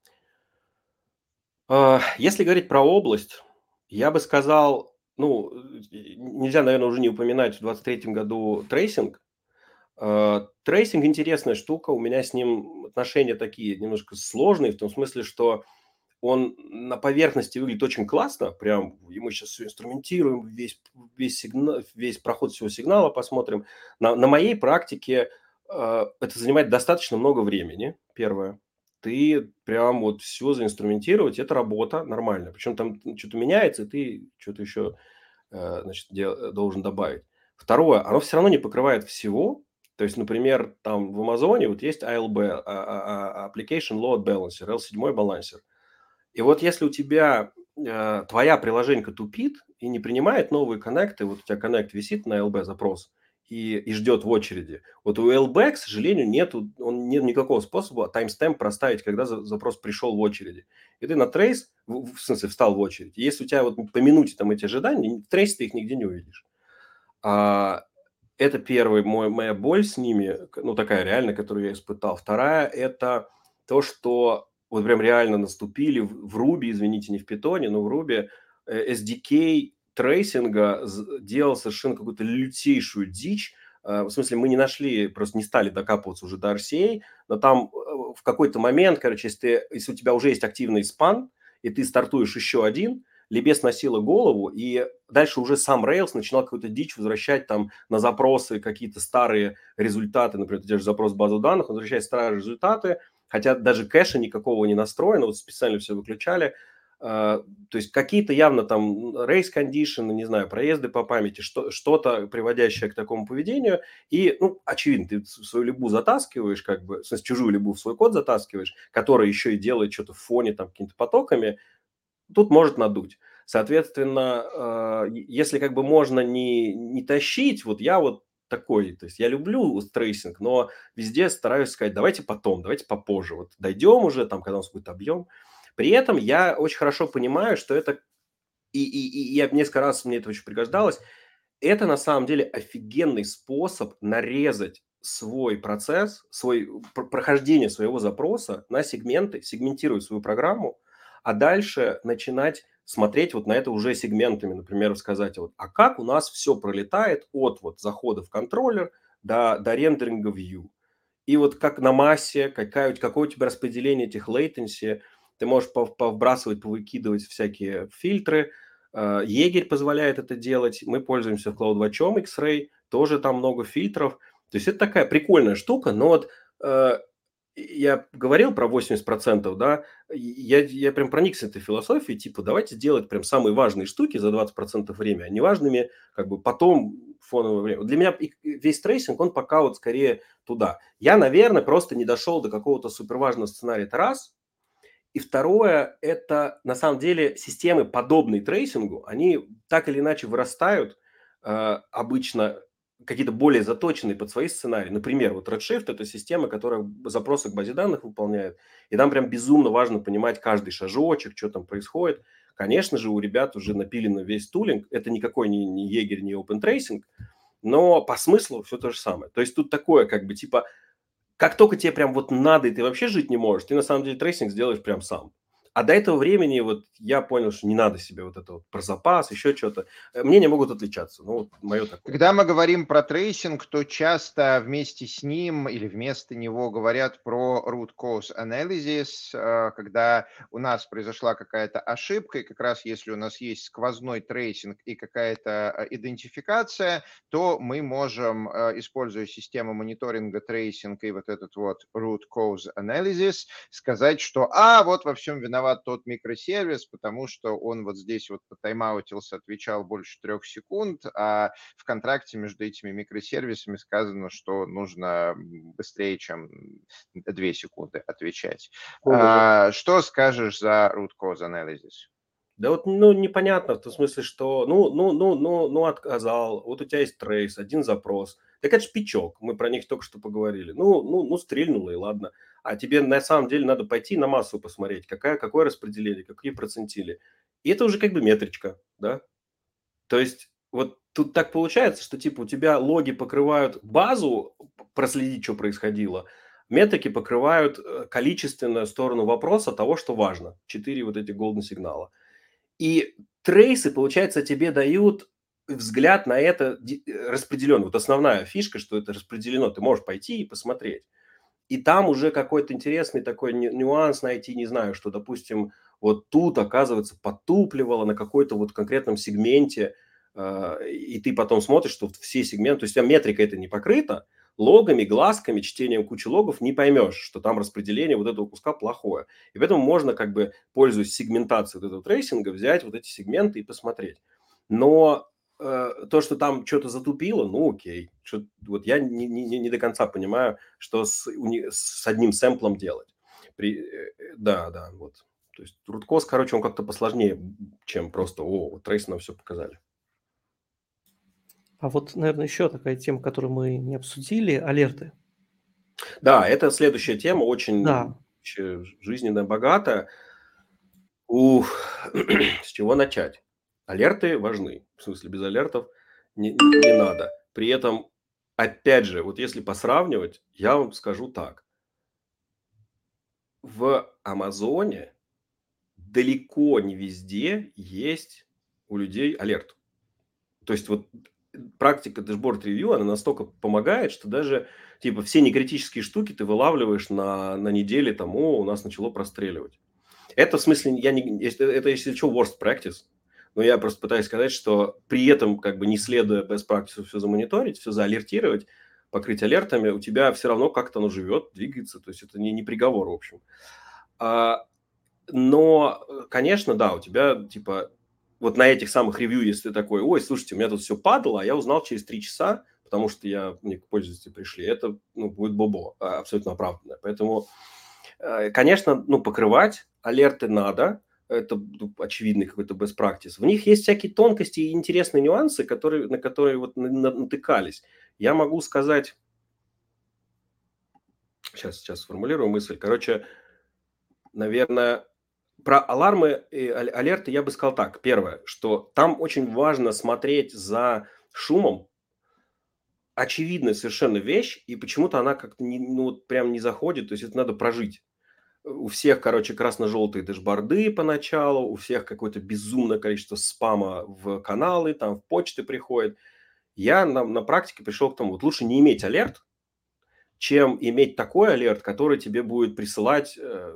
Если говорить про область, я бы сказал, ну, нельзя, наверное, уже не упоминать в 2023 году трейсинг. Трейсинг интересная штука, у меня с ним отношения такие немножко сложные, в том смысле, что он на поверхности выглядит очень классно, прям, и мы сейчас все инструментируем, весь проход всего сигнала посмотрим. На моей практике это занимает достаточно много времени, первое. Ты прям вот все заинструментировать, это работа нормальная. Причем там что-то меняется, и ты что-то еще значит, должен добавить. Второе, оно все равно не покрывает всего. То есть, например, там в Амазоне вот есть ALB, Application Load Balancer, L7 балансер. И вот если у тебя твоя приложенька тупит и не принимает новые коннекты, вот у тебя коннект висит на LB запрос и ждет в очереди. Вот у LB, к сожалению, нет никакого способа таймстемп проставить, когда запрос пришел в очереди. И ты на трейс, в смысле, встал в очередь. И если у тебя вот по минуте там эти ожидания, в трейсе ты их нигде не увидишь. Это первая моя боль с ними, ну, такая реальная, которую я испытал. Вторая – это то, что вот прям реально наступили в Ruby, извините, не в Python, но в Ruby SDK трейсинга делал совершенно какую-то лютейшую дичь. В смысле, мы не нашли, просто не стали докапываться уже до RCA, но там в какой-то момент, короче, если у тебя уже есть активный спан, и ты стартуешь еще один, Либе сносила голову, и дальше уже сам Rails начинал какую-то дичь возвращать там на запросы какие-то старые результаты. Например, ты делаешь запрос в базу данных, он возвращает старые результаты, хотя даже кэша никакого не настроено, вот специально все выключали. То есть какие-то явно там race condition, не знаю, проезды по памяти, что-то приводящее к такому поведению. И, ну, очевидно, ты свою либу затаскиваешь, как бы, в смысле, чужую либу в свой код затаскиваешь, который еще и делает что-то в фоне там какими-то потоками, тут может надуть. Соответственно, если как бы можно не тащить, вот я вот такой, то есть я люблю трейсинг, но везде стараюсь сказать, давайте потом, давайте попозже, вот дойдем уже, там, когда у нас будет объем. При этом я очень хорошо понимаю, что это, и я несколько раз мне это очень пригождалось, это на самом деле офигенный способ нарезать свой процесс, прохождение своего запроса на сегменты, сегментировать свою программу, а дальше начинать смотреть вот на это уже сегментами, например, сказать, вот, а как у нас все пролетает от вот захода в контроллер до рендеринга view. И вот как на массе, какое у тебя распределение этих latency, ты можешь повбрасывать, повыкидывать всякие фильтры. Егерь позволяет это делать. Мы пользуемся CloudWatch, X-Ray, тоже там много фильтров. То есть это такая прикольная штука, но вот я говорил про 80%, да, я прям проникся этой философией, типа, давайте делать прям самые важные штуки за 20% времени, а неважными как бы потом фоновое время. Для меня весь трейсинг, он пока вот скорее туда. Я, наверное, просто не дошел до какого-то суперважного сценария, это раз. И второе, это на самом деле системы, подобные трейсингу, они так или иначе вырастают, обычно какие-то более заточенные под свои сценарии. Например, вот Redshift – это система, которая запросы к базе данных выполняет, и там прям безумно важно понимать каждый шажочек, что там происходит. Конечно же, у ребят уже напилен весь тулинг, это никакой не егерь, не open tracing, но по смыслу все то же самое. То есть тут такое, как бы, типа, как только тебе прям вот надо, и ты вообще жить не можешь, ты на самом деле трейсинг сделаешь прям сам. А до этого времени вот я понял, что не надо себе вот это вот про запас, еще что-то. Мнения могут отличаться. Ну, вот мое такое. Когда мы говорим про трейсинг, то часто вместе с ним или вместо него говорят про root cause analysis, когда у нас произошла какая-то ошибка, и как раз если у нас есть сквозной трейсинг и какая-то идентификация, то мы можем, используя систему мониторинга, трейсинга и вот этот вот root cause analysis, сказать, что вот во всем виноват тот микросервис, потому что он вот здесь вот потаймаутился, отвечал больше 3 секунд, а в контракте между этими микросервисами сказано, что нужно быстрее, чем 2 секунды отвечать. Что скажешь за root cause analysis? Да вот, ну, непонятно, в том смысле, что, ну, отказал, вот у тебя есть трейс, один запрос. Так это же пичок, мы про них только что поговорили. Ну, стрельнуло, и ладно. А тебе на самом деле надо пойти на массу посмотреть, какое распределение, какие процентили. И это уже как бы метричка, да? То есть вот тут так получается, что типа у тебя логи покрывают базу, проследить, что происходило, метрики покрывают количественную сторону вопроса того, что важно. 4 вот эти golden сигнала. И трейсы, получается, тебе дают взгляд на это распределенно. Вот основная фишка, что это распределено. Ты можешь пойти и посмотреть. И там уже какой-то интересный такой нюанс найти, не знаю, что, допустим, вот тут, оказывается, подтупливало на какой-то вот конкретном сегменте, и ты потом смотришь, что все сегменты, то есть у тебя метрика это не покрыта, логами, глазками, чтением кучи логов не поймешь, что там распределение вот этого куска плохое. И поэтому можно, как бы, пользуясь сегментацией вот этого трейсинга, взять вот эти сегменты и посмотреть. Но то, что там что-то затупило, ну окей. Вот я не до конца понимаю, что с одним сэмплом делать. Да, вот. То есть Руткос, короче, он как-то посложнее, чем просто, вот трейс нам все показали. А вот, наверное, еще такая тема, которую мы не обсудили, алерты. Да, это следующая тема, очень Да, вообще жизненно богатая. Ух, с чего начать? Алерты важны. В смысле, без алертов не надо. При этом, опять же, вот если посравнивать, я вам скажу так. В Амазоне далеко не везде есть у людей алерт. То есть вот практика дашборд ревью, она настолько помогает, что даже типа все некритические штуки ты вылавливаешь на неделе, там, у нас начало простреливать. Это в смысле, это если что, worst practice. Но я просто пытаюсь сказать, что при этом, как бы не следуя best practice, все замониторить, все зaalертировать, покрыть алертами, у тебя все равно как-то оно живет, двигается. То есть это не приговор, в общем. Но, конечно, да, у тебя, типа, вот на этих самых ревью, если ты такой, ой, слушайте, у меня тут все падало, а я узнал через 3 часа, потому что мне пользователи пришли, это, будет бобо, абсолютно оправданное. Поэтому, конечно, покрывать алерты надо, это очевидный какой-то best practice. В них есть всякие тонкости и интересные нюансы, на которые вот натыкались. Я могу сказать, сейчас сформулирую мысль. Короче, наверное, про алармы и алерты я бы сказал так. Первое, что там очень важно смотреть за шумом. Очевидная совершенно вещь, и почему-то она как-то прям не заходит, то есть это надо прожить. У всех, короче, красно-желтые дэшборды поначалу, у всех какое-то безумное количество спама в каналы, там в почты приходит. Я на практике пришел к тому, вот лучше не иметь алерт, чем иметь такой алерт, который тебе будет присылать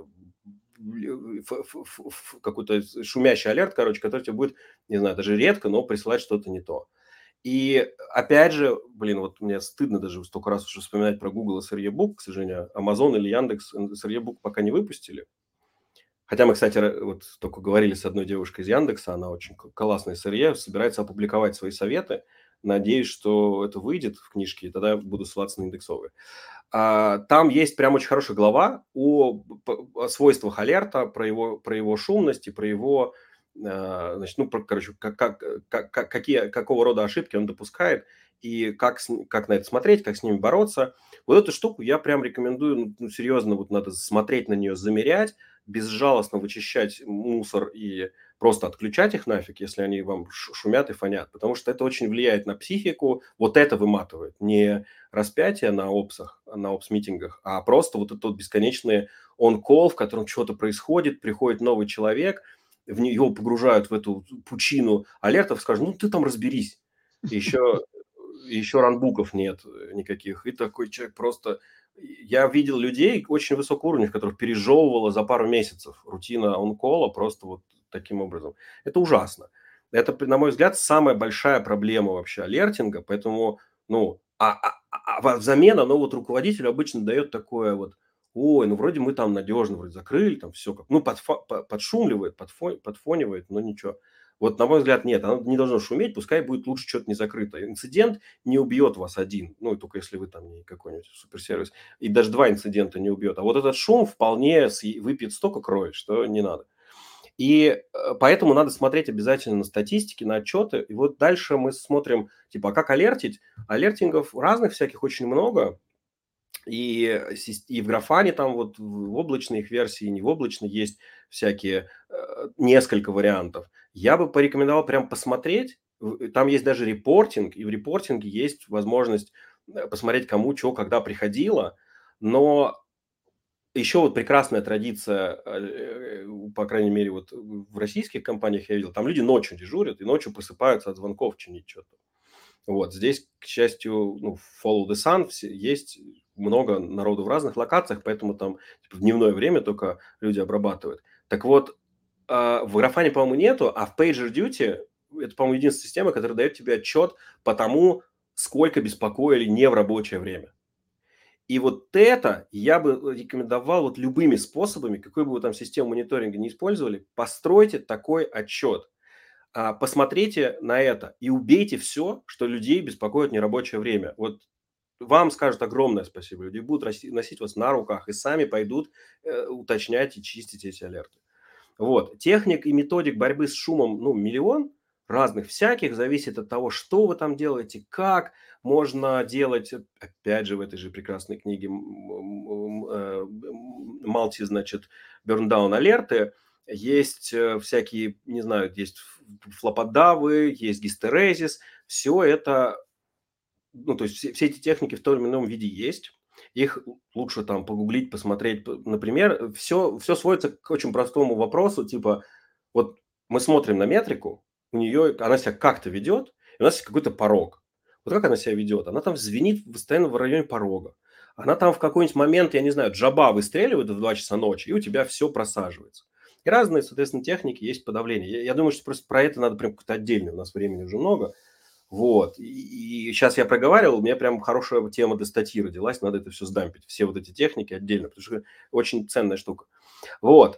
какой-то шумящий алерт, короче, который тебе будет, не знаю, даже редко, но присылать что-то не то. И опять же, вот мне стыдно даже столько раз уже вспоминать про Google и SRE-Book, к сожалению, Amazon или Яндекс SRE-Book пока не выпустили. Хотя мы, кстати, вот только говорили с одной девушкой из Яндекса, она очень классная SRE, собирается опубликовать свои советы. Надеюсь, что это выйдет в книжке, и тогда буду ссылаться на индексовые. Там есть прям очень хорошая глава о свойствах алерта, про его шумность и про его, значит, короче, какого рода ошибки он допускает и как на это смотреть, как с ними бороться. Вот эту штуку я прям рекомендую, серьезно, вот надо смотреть на нее, замерять, безжалостно вычищать мусор и просто отключать их нафиг, если они вам шумят и фонят, потому что это очень влияет на психику, вот это выматывает, не распятие на опсах, на опс-митингах, а просто вот этот вот бесконечный он-колл, в котором что-то происходит, приходит новый человек, в него погружают в эту пучину алертов, скажут, ты там разберись. Еще ранбуков нет никаких. И такой человек просто... Я видел людей очень высокого уровня, которых пережевывало за пару месяцев рутина он-колла просто вот таким образом. Это ужасно. Это, на мой взгляд, самая большая проблема вообще алертинга, поэтому, взамен оно вот руководителю обычно дает такое вот, ой, вроде мы там надежно, вроде закрыли, там все как, подшумливает, подфонивает, но ничего. Вот, на мой взгляд, нет, оно не должно шуметь, пускай будет лучше что-то не закрыто. Инцидент не убьет вас один, только если вы там не какой-нибудь суперсервис. И даже 2 инцидента не убьет. А вот этот шум вполне выпьет столько крови, что не надо. И поэтому надо смотреть обязательно на статистики, на отчеты. И вот дальше мы смотрим, типа, как алертить. Алертингов разных всяких очень много. И в Графане там вот в облачной их версии, не в облачной, есть всякие несколько вариантов. Я бы порекомендовал прям посмотреть. Там есть даже репортинг, и в репортинге есть возможность посмотреть, кому что, когда приходило. Но еще вот прекрасная традиция, по крайней мере, вот в российских компаниях я видел, там люди ночью дежурят и ночью просыпаются от звонков чинить что-то. Вот здесь, к счастью, Follow the Sun есть много народу в разных локациях, поэтому там типа, в дневное время только люди обрабатывают. Так вот, в Grafana, по-моему, нету, а в PagerDuty это, по-моему, единственная система, которая дает тебе отчет по тому, сколько беспокоили не в рабочее время. И вот это я бы рекомендовал вот любыми способами, какую бы вы там систему мониторинга не использовали, постройте такой отчет. Посмотрите на это и убейте все, что людей беспокоит в нерабочее время. Вот вам скажут огромное спасибо. Люди будут носить вас на руках и сами пойдут уточнять и чистить эти алерты. Вот. Техник и методик борьбы с шумом, ну, миллион разных всяких, зависит от того, что вы там делаете, как можно делать, опять же, в этой же прекрасной книге Малти, значит, Burndown алерты, есть всякие, не знаю, есть флоподавы, есть гистерезис, все это, ну, то есть все эти техники в том или ином виде есть. Их лучше там погуглить, посмотреть. Например, все сводится к очень простому вопросу, типа, вот мы смотрим на метрику, у нее, она себя как-то ведет, и у нас есть какой-то порог. Вот как она себя ведет? Она там звенит постоянно в районе порога. Она там в какой-нибудь момент, я не знаю, джаба выстреливает в 2 часа ночи, и у тебя все просаживается. И разные, соответственно, техники есть подавление. Я думаю, что просто про это надо прям как-то отдельно, у нас времени уже много. Вот. И сейчас я проговаривал, у меня прям хорошая тема для статьи родилась, надо это все сдампить, все вот эти техники отдельно, потому что очень ценная штука. Вот.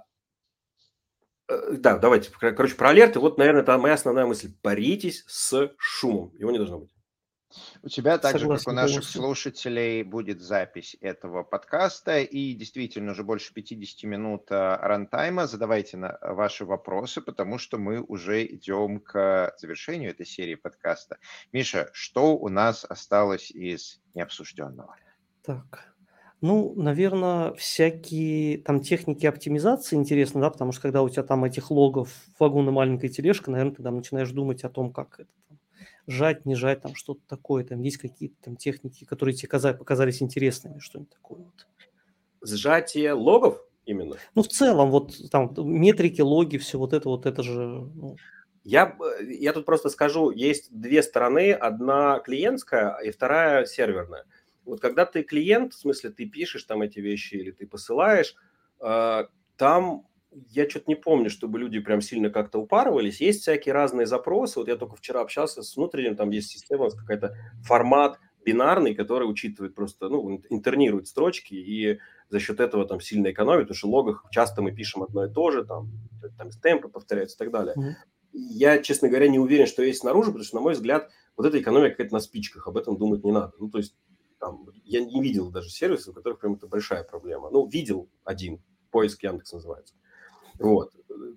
Да, давайте, короче, про алерты. Вот, наверное, это моя основная мысль. Боритесь с шумом. Его не должно быть. У тебя, так же, как у Согласен наших полностью. слушателей, будет запись этого подкаста. И действительно, уже больше 50 минут рантайма. Задавайте ваши вопросы, потому что мы уже идем к завершению этой серии подкаста. Миша, что у нас осталось из необсужденного? Так, ну, наверное, всякие там техники оптимизации интересны, да, потому что когда у тебя там этих логов вагон и маленькая тележка, наверное, ты там начинаешь думать о том, как это там, жать, не жать, там что-то такое, там есть какие-то там техники, которые тебе показались интересными, что-нибудь такое вот. Сжатие логов именно? Ну, в целом, вот там метрики, логи, все вот это же, ну, Я тут просто скажу, есть две стороны, одна клиентская и вторая серверная. Вот когда ты клиент, в смысле ты пишешь там эти вещи или ты посылаешь, там я что-то не помню, чтобы люди прям сильно как-то упарывались. Есть всякие разные запросы. Вот я только вчера общался с внутренним, там есть система, какой-то формат бинарный, который учитывает просто, ну, интернирует строчки и за счет этого там сильно экономит, потому что в логах часто мы пишем одно и то же, там темпы повторяются и так далее. Я, честно говоря, не уверен, что есть снаружи, потому что, на мой взгляд, вот эта экономия какая-то на спичках, об этом думать не надо. Ну, то есть, там, я не видел даже сервисов, у которых прям это большая проблема. Ну, видел один, поиск Яндекс называется. Вот.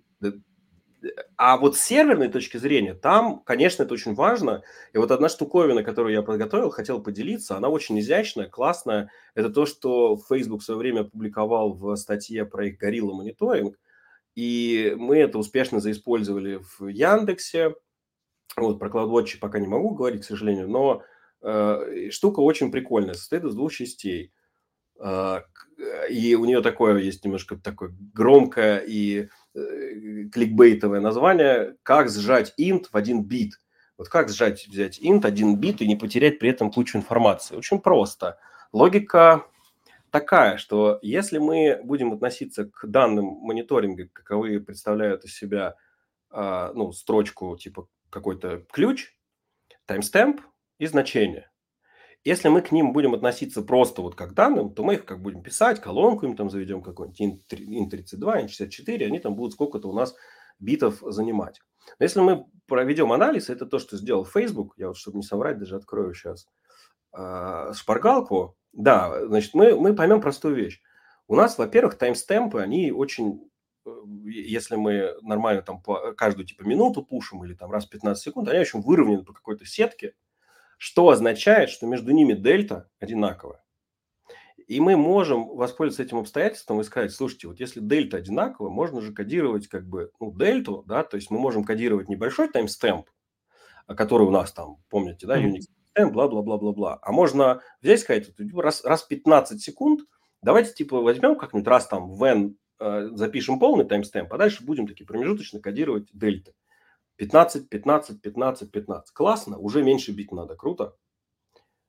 А вот с серверной точки зрения, там, конечно, это очень важно. И вот одна штуковина, которую я подготовил, хотел поделиться, она очень изящная, классная. Это то, что Facebook в свое время опубликовал в статье про их Gorilla мониторинг. И мы это успешно заиспользовали в Яндексе. Вот, про CloudWatch пока не могу говорить, к сожалению, но штука очень прикольная, состоит из 2 частей. И у нее такое есть немножко такое громкое и кликбейтовое название «Как сжать int в 1 бит». Вот как взять int 1 бит и не потерять при этом кучу информации? Очень просто. Логика такая, что если мы будем относиться к данным мониторинга, каковые представляют из себя ну, строчку типа какой-то ключ, timestamp и значение. Если мы к ним будем относиться просто вот как к данным, то мы их как будем писать, колонку им там заведем какой-нибудь int32, int64, они там будут сколько-то у нас битов занимать. Но если мы проведем анализ, это то, что сделал Facebook, я вот, чтобы не соврать, даже открою сейчас шпаргалку, да, значит, мы поймем простую вещь. У нас, во-первых, таймстемпы, они очень, если мы нормально там каждую типа минуту пушим или там раз в 15 секунд, они очень выровнены по какой-то сетке, что означает, что между ними дельта одинаковая. И мы можем воспользоваться этим обстоятельством и сказать, слушайте, вот если дельта одинаковая, можно же кодировать как бы дельту, да, то есть мы можем кодировать небольшой таймстемп, который у нас там, помните, да, Unix бла-бла-бла-бла-бла. А можно взять, сказать, раз в 15 секунд, давайте типа возьмем как-нибудь раз там when запишем полный таймстемп, а дальше будем такие промежуточно кодировать дельты. 15, 15, 15, 15. Классно, уже меньше бит надо, круто.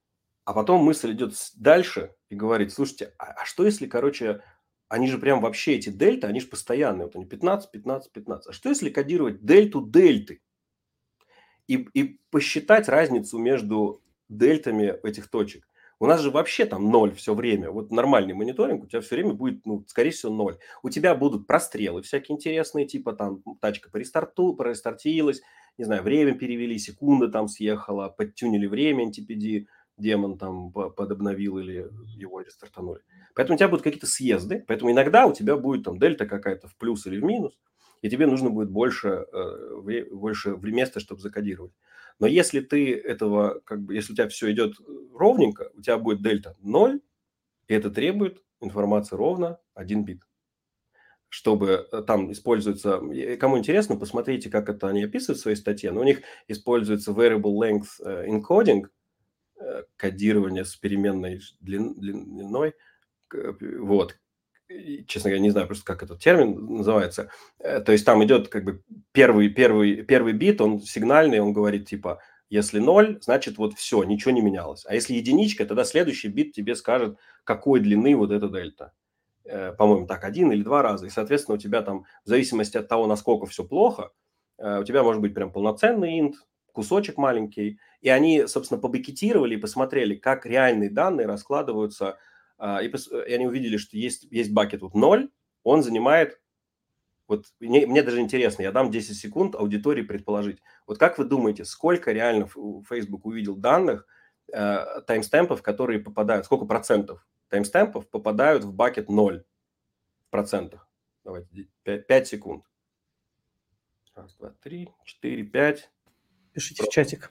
А потом мысль идет дальше и говорит, слушайте, а что если, короче, они же прям вообще эти дельты, они же постоянные, вот они 15, 15, 15. А что если кодировать дельту дельты и посчитать разницу между дельтами этих точек? У нас же вообще там ноль все время. Вот нормальный мониторинг, у тебя все время будет, ну, скорее всего, ноль. У тебя будут прострелы всякие интересные, типа там тачка порестартилась, не знаю, время перевели, секунда там съехала, подтюнили время, NTPD, демон там подобновил или его рестартанули. Поэтому у тебя будут какие-то съезды, поэтому иногда у тебя будет там дельта какая-то в плюс или в минус, и тебе нужно будет больше места, чтобы закодировать. Но если ты этого, как бы, если у тебя все идет ровненько, у тебя будет дельта 0, и это требует информации ровно 1 бит. Чтобы там используется, кому интересно, посмотрите, как это они описывают в своей статье, но у них используется variable length encoding, кодирование с переменной длиной, вот. И, честно говоря, не знаю просто, как этот термин называется. То есть там идет как бы первый бит, он сигнальный, он говорит типа, если 0, значит вот все, ничего не менялось. А если единичка, тогда следующий бит тебе скажет, какой длины вот эта дельта. По-моему, так, 1 или 2 раза. И, соответственно, у тебя там, в зависимости от того, насколько все плохо, у тебя может быть прям полноценный инт, кусочек маленький. И они, собственно, побакетировали и посмотрели, как реальные данные раскладываются. И они увидели, что есть бакет вот 0, он занимает, вот мне даже интересно, я дам 10 секунд аудитории предположить. Вот как вы думаете, сколько реально Facebook увидел данных, таймстемпов, которые попадают, сколько процентов таймстемпов попадают в бакет 0 в процентах? Давайте, 5 секунд. Раз, два, три, 4, 5. Пишите в чатик.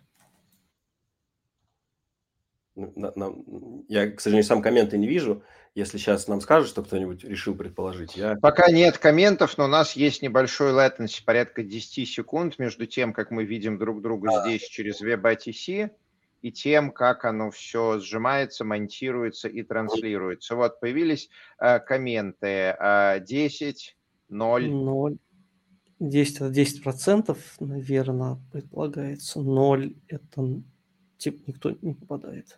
Я, к сожалению, сам комменты не вижу. Если сейчас нам скажут, что кто-нибудь решил предположить, я... Пока нет комментов, но у нас есть небольшой latency, порядка 10 секунд между тем, как мы видим друг друга здесь через WebITC, и тем, как оно все сжимается, монтируется и транслируется. Вот появились комменты 10, 0. 0. 10 это 10%, наверное, предполагается. 0 это типа никто не попадает.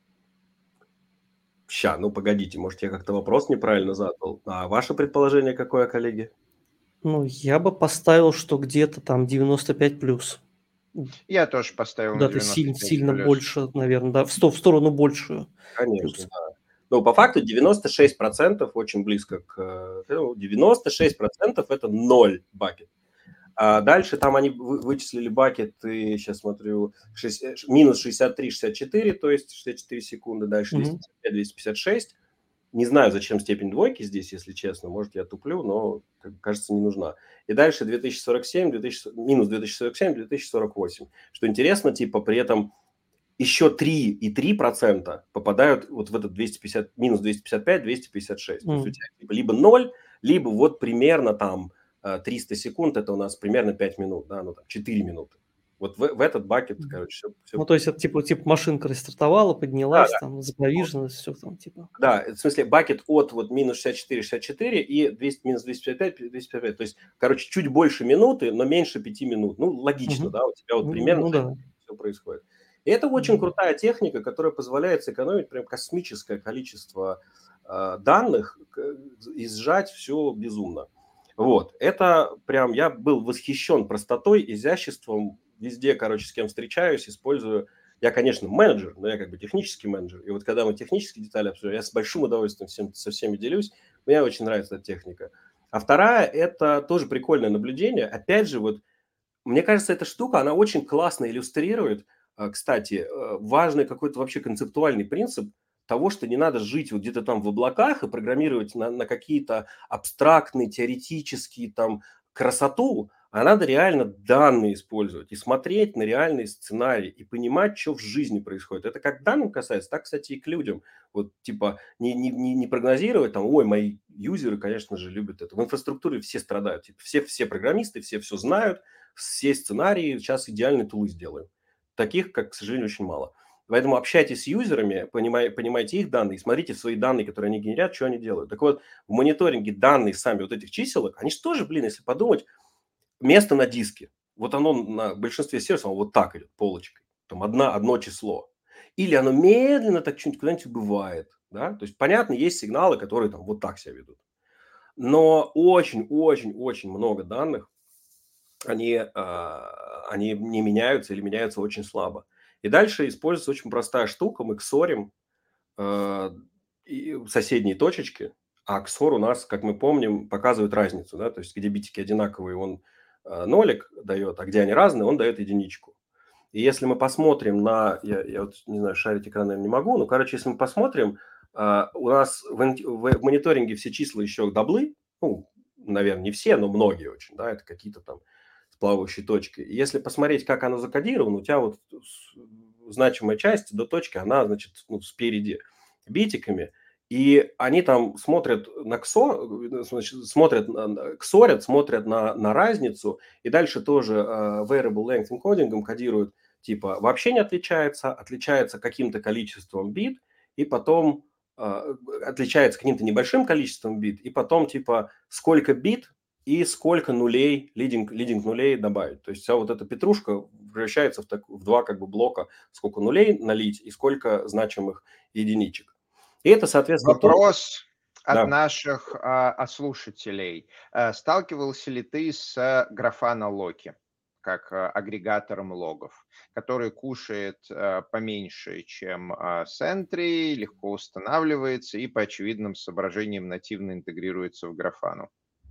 Ща, ну погодите, может, я как-то вопрос неправильно задал. А ваше предположение какое, коллеги? Ну, я бы поставил, что где-то там 95 плюс. Я тоже поставил на Куда-то 95 сильно плюс. больше, наверное, да, в сторону большую. Конечно, Плюс. да. Ну, по факту 96% очень близко к... 96% это 0 бакет. А дальше там они вычислили бакет, и сейчас смотрю, минус 63-64, то есть 64 секунды, дальше 255-256. Не знаю, зачем степень двойки здесь, если честно. Может, я туплю, но, кажется, не нужна. И дальше 2047, минус 2047, 2048. Что интересно, типа, при этом еще 3,3% попадают вот в этот 250, минус 255, 256. То есть у тебя либо 0, либо вот примерно там 300 секунд, это у нас примерно 5 минут, да, ну там 4 минуты. Вот в этот бакет, короче, все. Ну, то есть это типа машинка рестартовала, поднялась, да, там, заповиженность, все там типа. Да, в смысле бакет от вот минус 64, 64 и 200, минус 255, 255. То есть, короче, чуть больше минуты, но меньше 5 минут. Ну, логично, да, у тебя вот примерно да. все происходит. И это очень крутая техника, которая позволяет сэкономить прям космическое количество данных и сжать все безумно. Вот, это прям, я был восхищен простотой, изяществом. Везде, короче, с кем встречаюсь, использую. Я, конечно, менеджер, но я как бы технический менеджер. И вот когда мы технические детали обсуждаем, я с большим удовольствием со всеми делюсь. Мне очень нравится эта техника. А вторая – это тоже прикольное наблюдение. Опять же, вот мне кажется, эта штука, она очень классно иллюстрирует, кстати, важный какой-то вообще концептуальный принцип того, что не надо жить вот где-то там в облаках и программировать на какие-то абстрактные, теоретические там красоту, а надо реально данные использовать и смотреть на реальные сценарии и понимать, что в жизни происходит. Это как к данным касается, так, кстати, и к людям. Вот типа не прогнозировать там, ой, мои юзеры, конечно же, любят это. В инфраструктуре все страдают. Типа, все программисты, все знают, все сценарии, сейчас идеальные тулы сделаем. Таких, как, к сожалению, очень мало. Поэтому общайтесь с юзерами, понимайте их данные, смотрите свои данные, которые они генерят, что они делают. Так вот, в мониторинге данные сами вот этих чиселок, они же тоже, если подумать, место на диске. Вот оно на большинстве сервисов вот так идет, полочкой. Там одно число. или оно медленно так что-нибудь куда-нибудь убывает, да, то есть, понятно, есть сигналы, которые там вот так себя ведут, но очень-очень-очень много данных, они не меняются или меняются очень слабо. И дальше используется очень простая штука, мы ксорим и соседние точечки, а XOR у нас, как мы помним, показывает разницу, да, то есть где битики одинаковые, он нолик дает, а где они разные, он дает единичку. И если мы посмотрим на, я вот не знаю, шарить экран, наверное, не могу, но, короче, если мы посмотрим, у нас в мониторинге все числа еще даблы, ну, наверное, не все, но многие очень, да, это какие-то там плавающие точки. И если посмотреть, как оно закодировано, у тебя вот значимая часть до точки, она, значит, ну, спереди битиками, и они там смотрят на XOR, значит, смотрят на разницу, и дальше тоже variable length encoding кодируют, типа вообще не отличается, отличается каким-то количеством бит, и потом отличается каким-то небольшим количеством бит, и потом типа сколько бит и сколько нулей, лидинг нулей добавить. То есть вся вот эта петрушка превращается в два как бы блока, сколько нулей налить и сколько значимых единичек. И это, соответственно, то... Вопрос от Да. наших слушателей. Сталкивался ли ты с Grafana Loki как агрегатором логов, который кушает поменьше, чем Sentry, легко устанавливается и по очевидным соображениям нативно интегрируется в Grafana?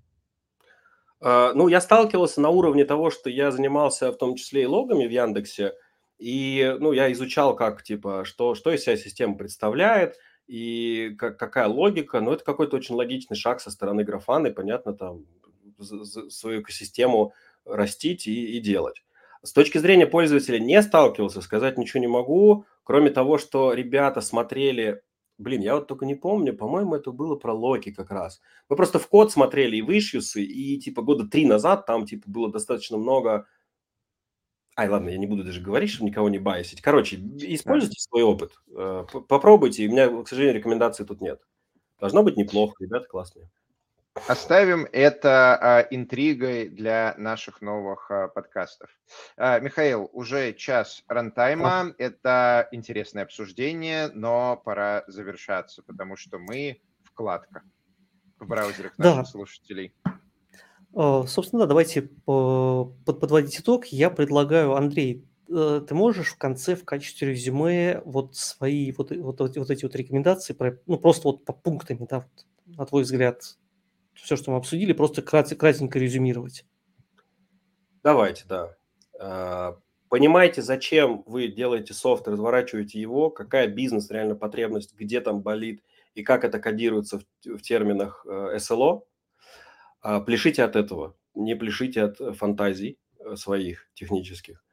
Ну, я сталкивался на уровне того, что я занимался в том числе и логами в Яндексе, и, ну, я изучал, как, типа, что из себя система представляет, и какая логика. Но это какой-то очень логичный шаг со стороны Grafana, и, понятно, там свою экосистему растить и делать. С точки зрения пользователя не сталкивался, сказать ничего не могу, кроме того, что ребята смотрели... Блин, я вот только не помню, по-моему, это было про Локи как раз. Мы просто в код смотрели и в issues, и типа года 3 назад там типа было достаточно много... Ай, ладно, я не буду даже говорить, чтобы никого не байсить. Короче, Да. используйте свой опыт. Попробуйте. У меня, к сожалению, рекомендаций тут нет. Должно быть неплохо, ребята классные. Оставим это интригой для наших новых подкастов. Михаил, уже час рантайма. Это интересное обсуждение, но пора завершаться, потому что мы вкладка в браузерах наших Да, слушателей. собственно, да, давайте подводить итог. Я предлагаю, Андрей, ты можешь в конце в качестве резюме вот свои вот эти вот рекомендации, ну, просто вот по пунктами, да, вот, на твой взгляд, все, что мы обсудили, просто кратенько резюмировать. Давайте, да. Понимаете, зачем вы делаете софт, разворачиваете его, какая бизнес реально потребность, где там болит и как это кодируется в терминах SLO. Пляшите от этого, не пляшите от фантазий своих технических.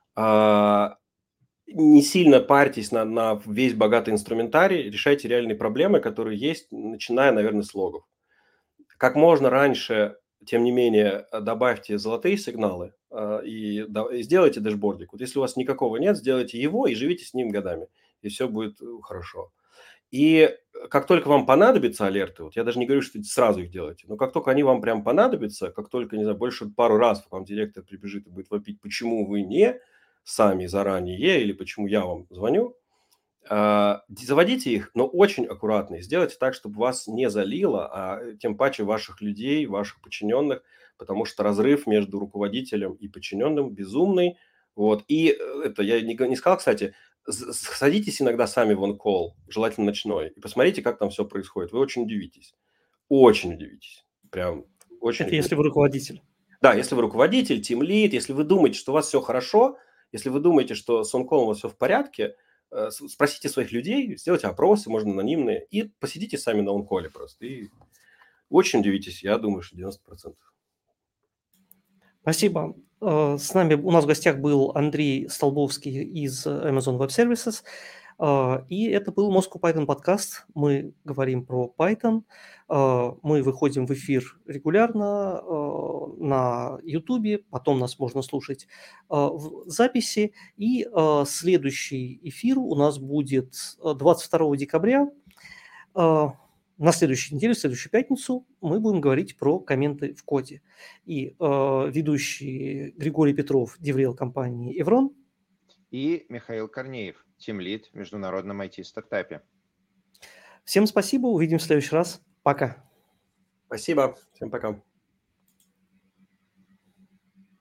Не сильно парьтесь на весь богатый инструментарий, решайте реальные проблемы, которые есть, начиная, наверное, с логов. Как можно раньше, тем не менее, добавьте золотые сигналы и сделайте дэшбордик. Вот если у вас никакого нет, сделайте его и живите с ним годами, и все будет хорошо. И как только вам понадобятся алерты, вот я даже не говорю, что сразу их делайте, но как только они вам прям понадобятся, как только, не знаю, больше пару раз вам директор прибежит и будет вопить, почему вы не сами заранее или почему я вам звоню, заводите их, но очень аккуратно. И сделайте так, чтобы вас не залило, а тем паче ваших людей, ваших подчиненных, потому что разрыв между руководителем и подчиненным безумный. Вот. И это я не сказал, кстати, садитесь иногда сами в on-call, желательно ночной, и посмотрите, как там все происходит. Вы очень удивитесь. Очень удивитесь. Прям очень Это удивитесь. если вы руководитель. Да, если вы руководитель, тимлид, если вы думаете, что у вас все хорошо, если вы думаете, что с on-call у вас все в порядке, спросите своих людей, сделайте опросы, можно анонимные, и посидите сами на он-коле просто. И очень удивитесь, я думаю, что 90%. Спасибо. С нами у нас в гостях был Андрей Столбовский из Amazon Web Services. И это был Moscow Python подкаст. Мы говорим про Python. Мы выходим в эфир регулярно на YouTube. Потом нас можно слушать в записи. И следующий эфир у нас будет 22 декабря. На следующей неделе, в следующую пятницу, мы будем говорить про комменты в коде. И ведущий Григорий Петров, деврел компании Evron. и Михаил Корнеев, тимлид в международном IT-стартапе. Всем спасибо, увидимся в следующий раз. Пока. Спасибо, всем пока.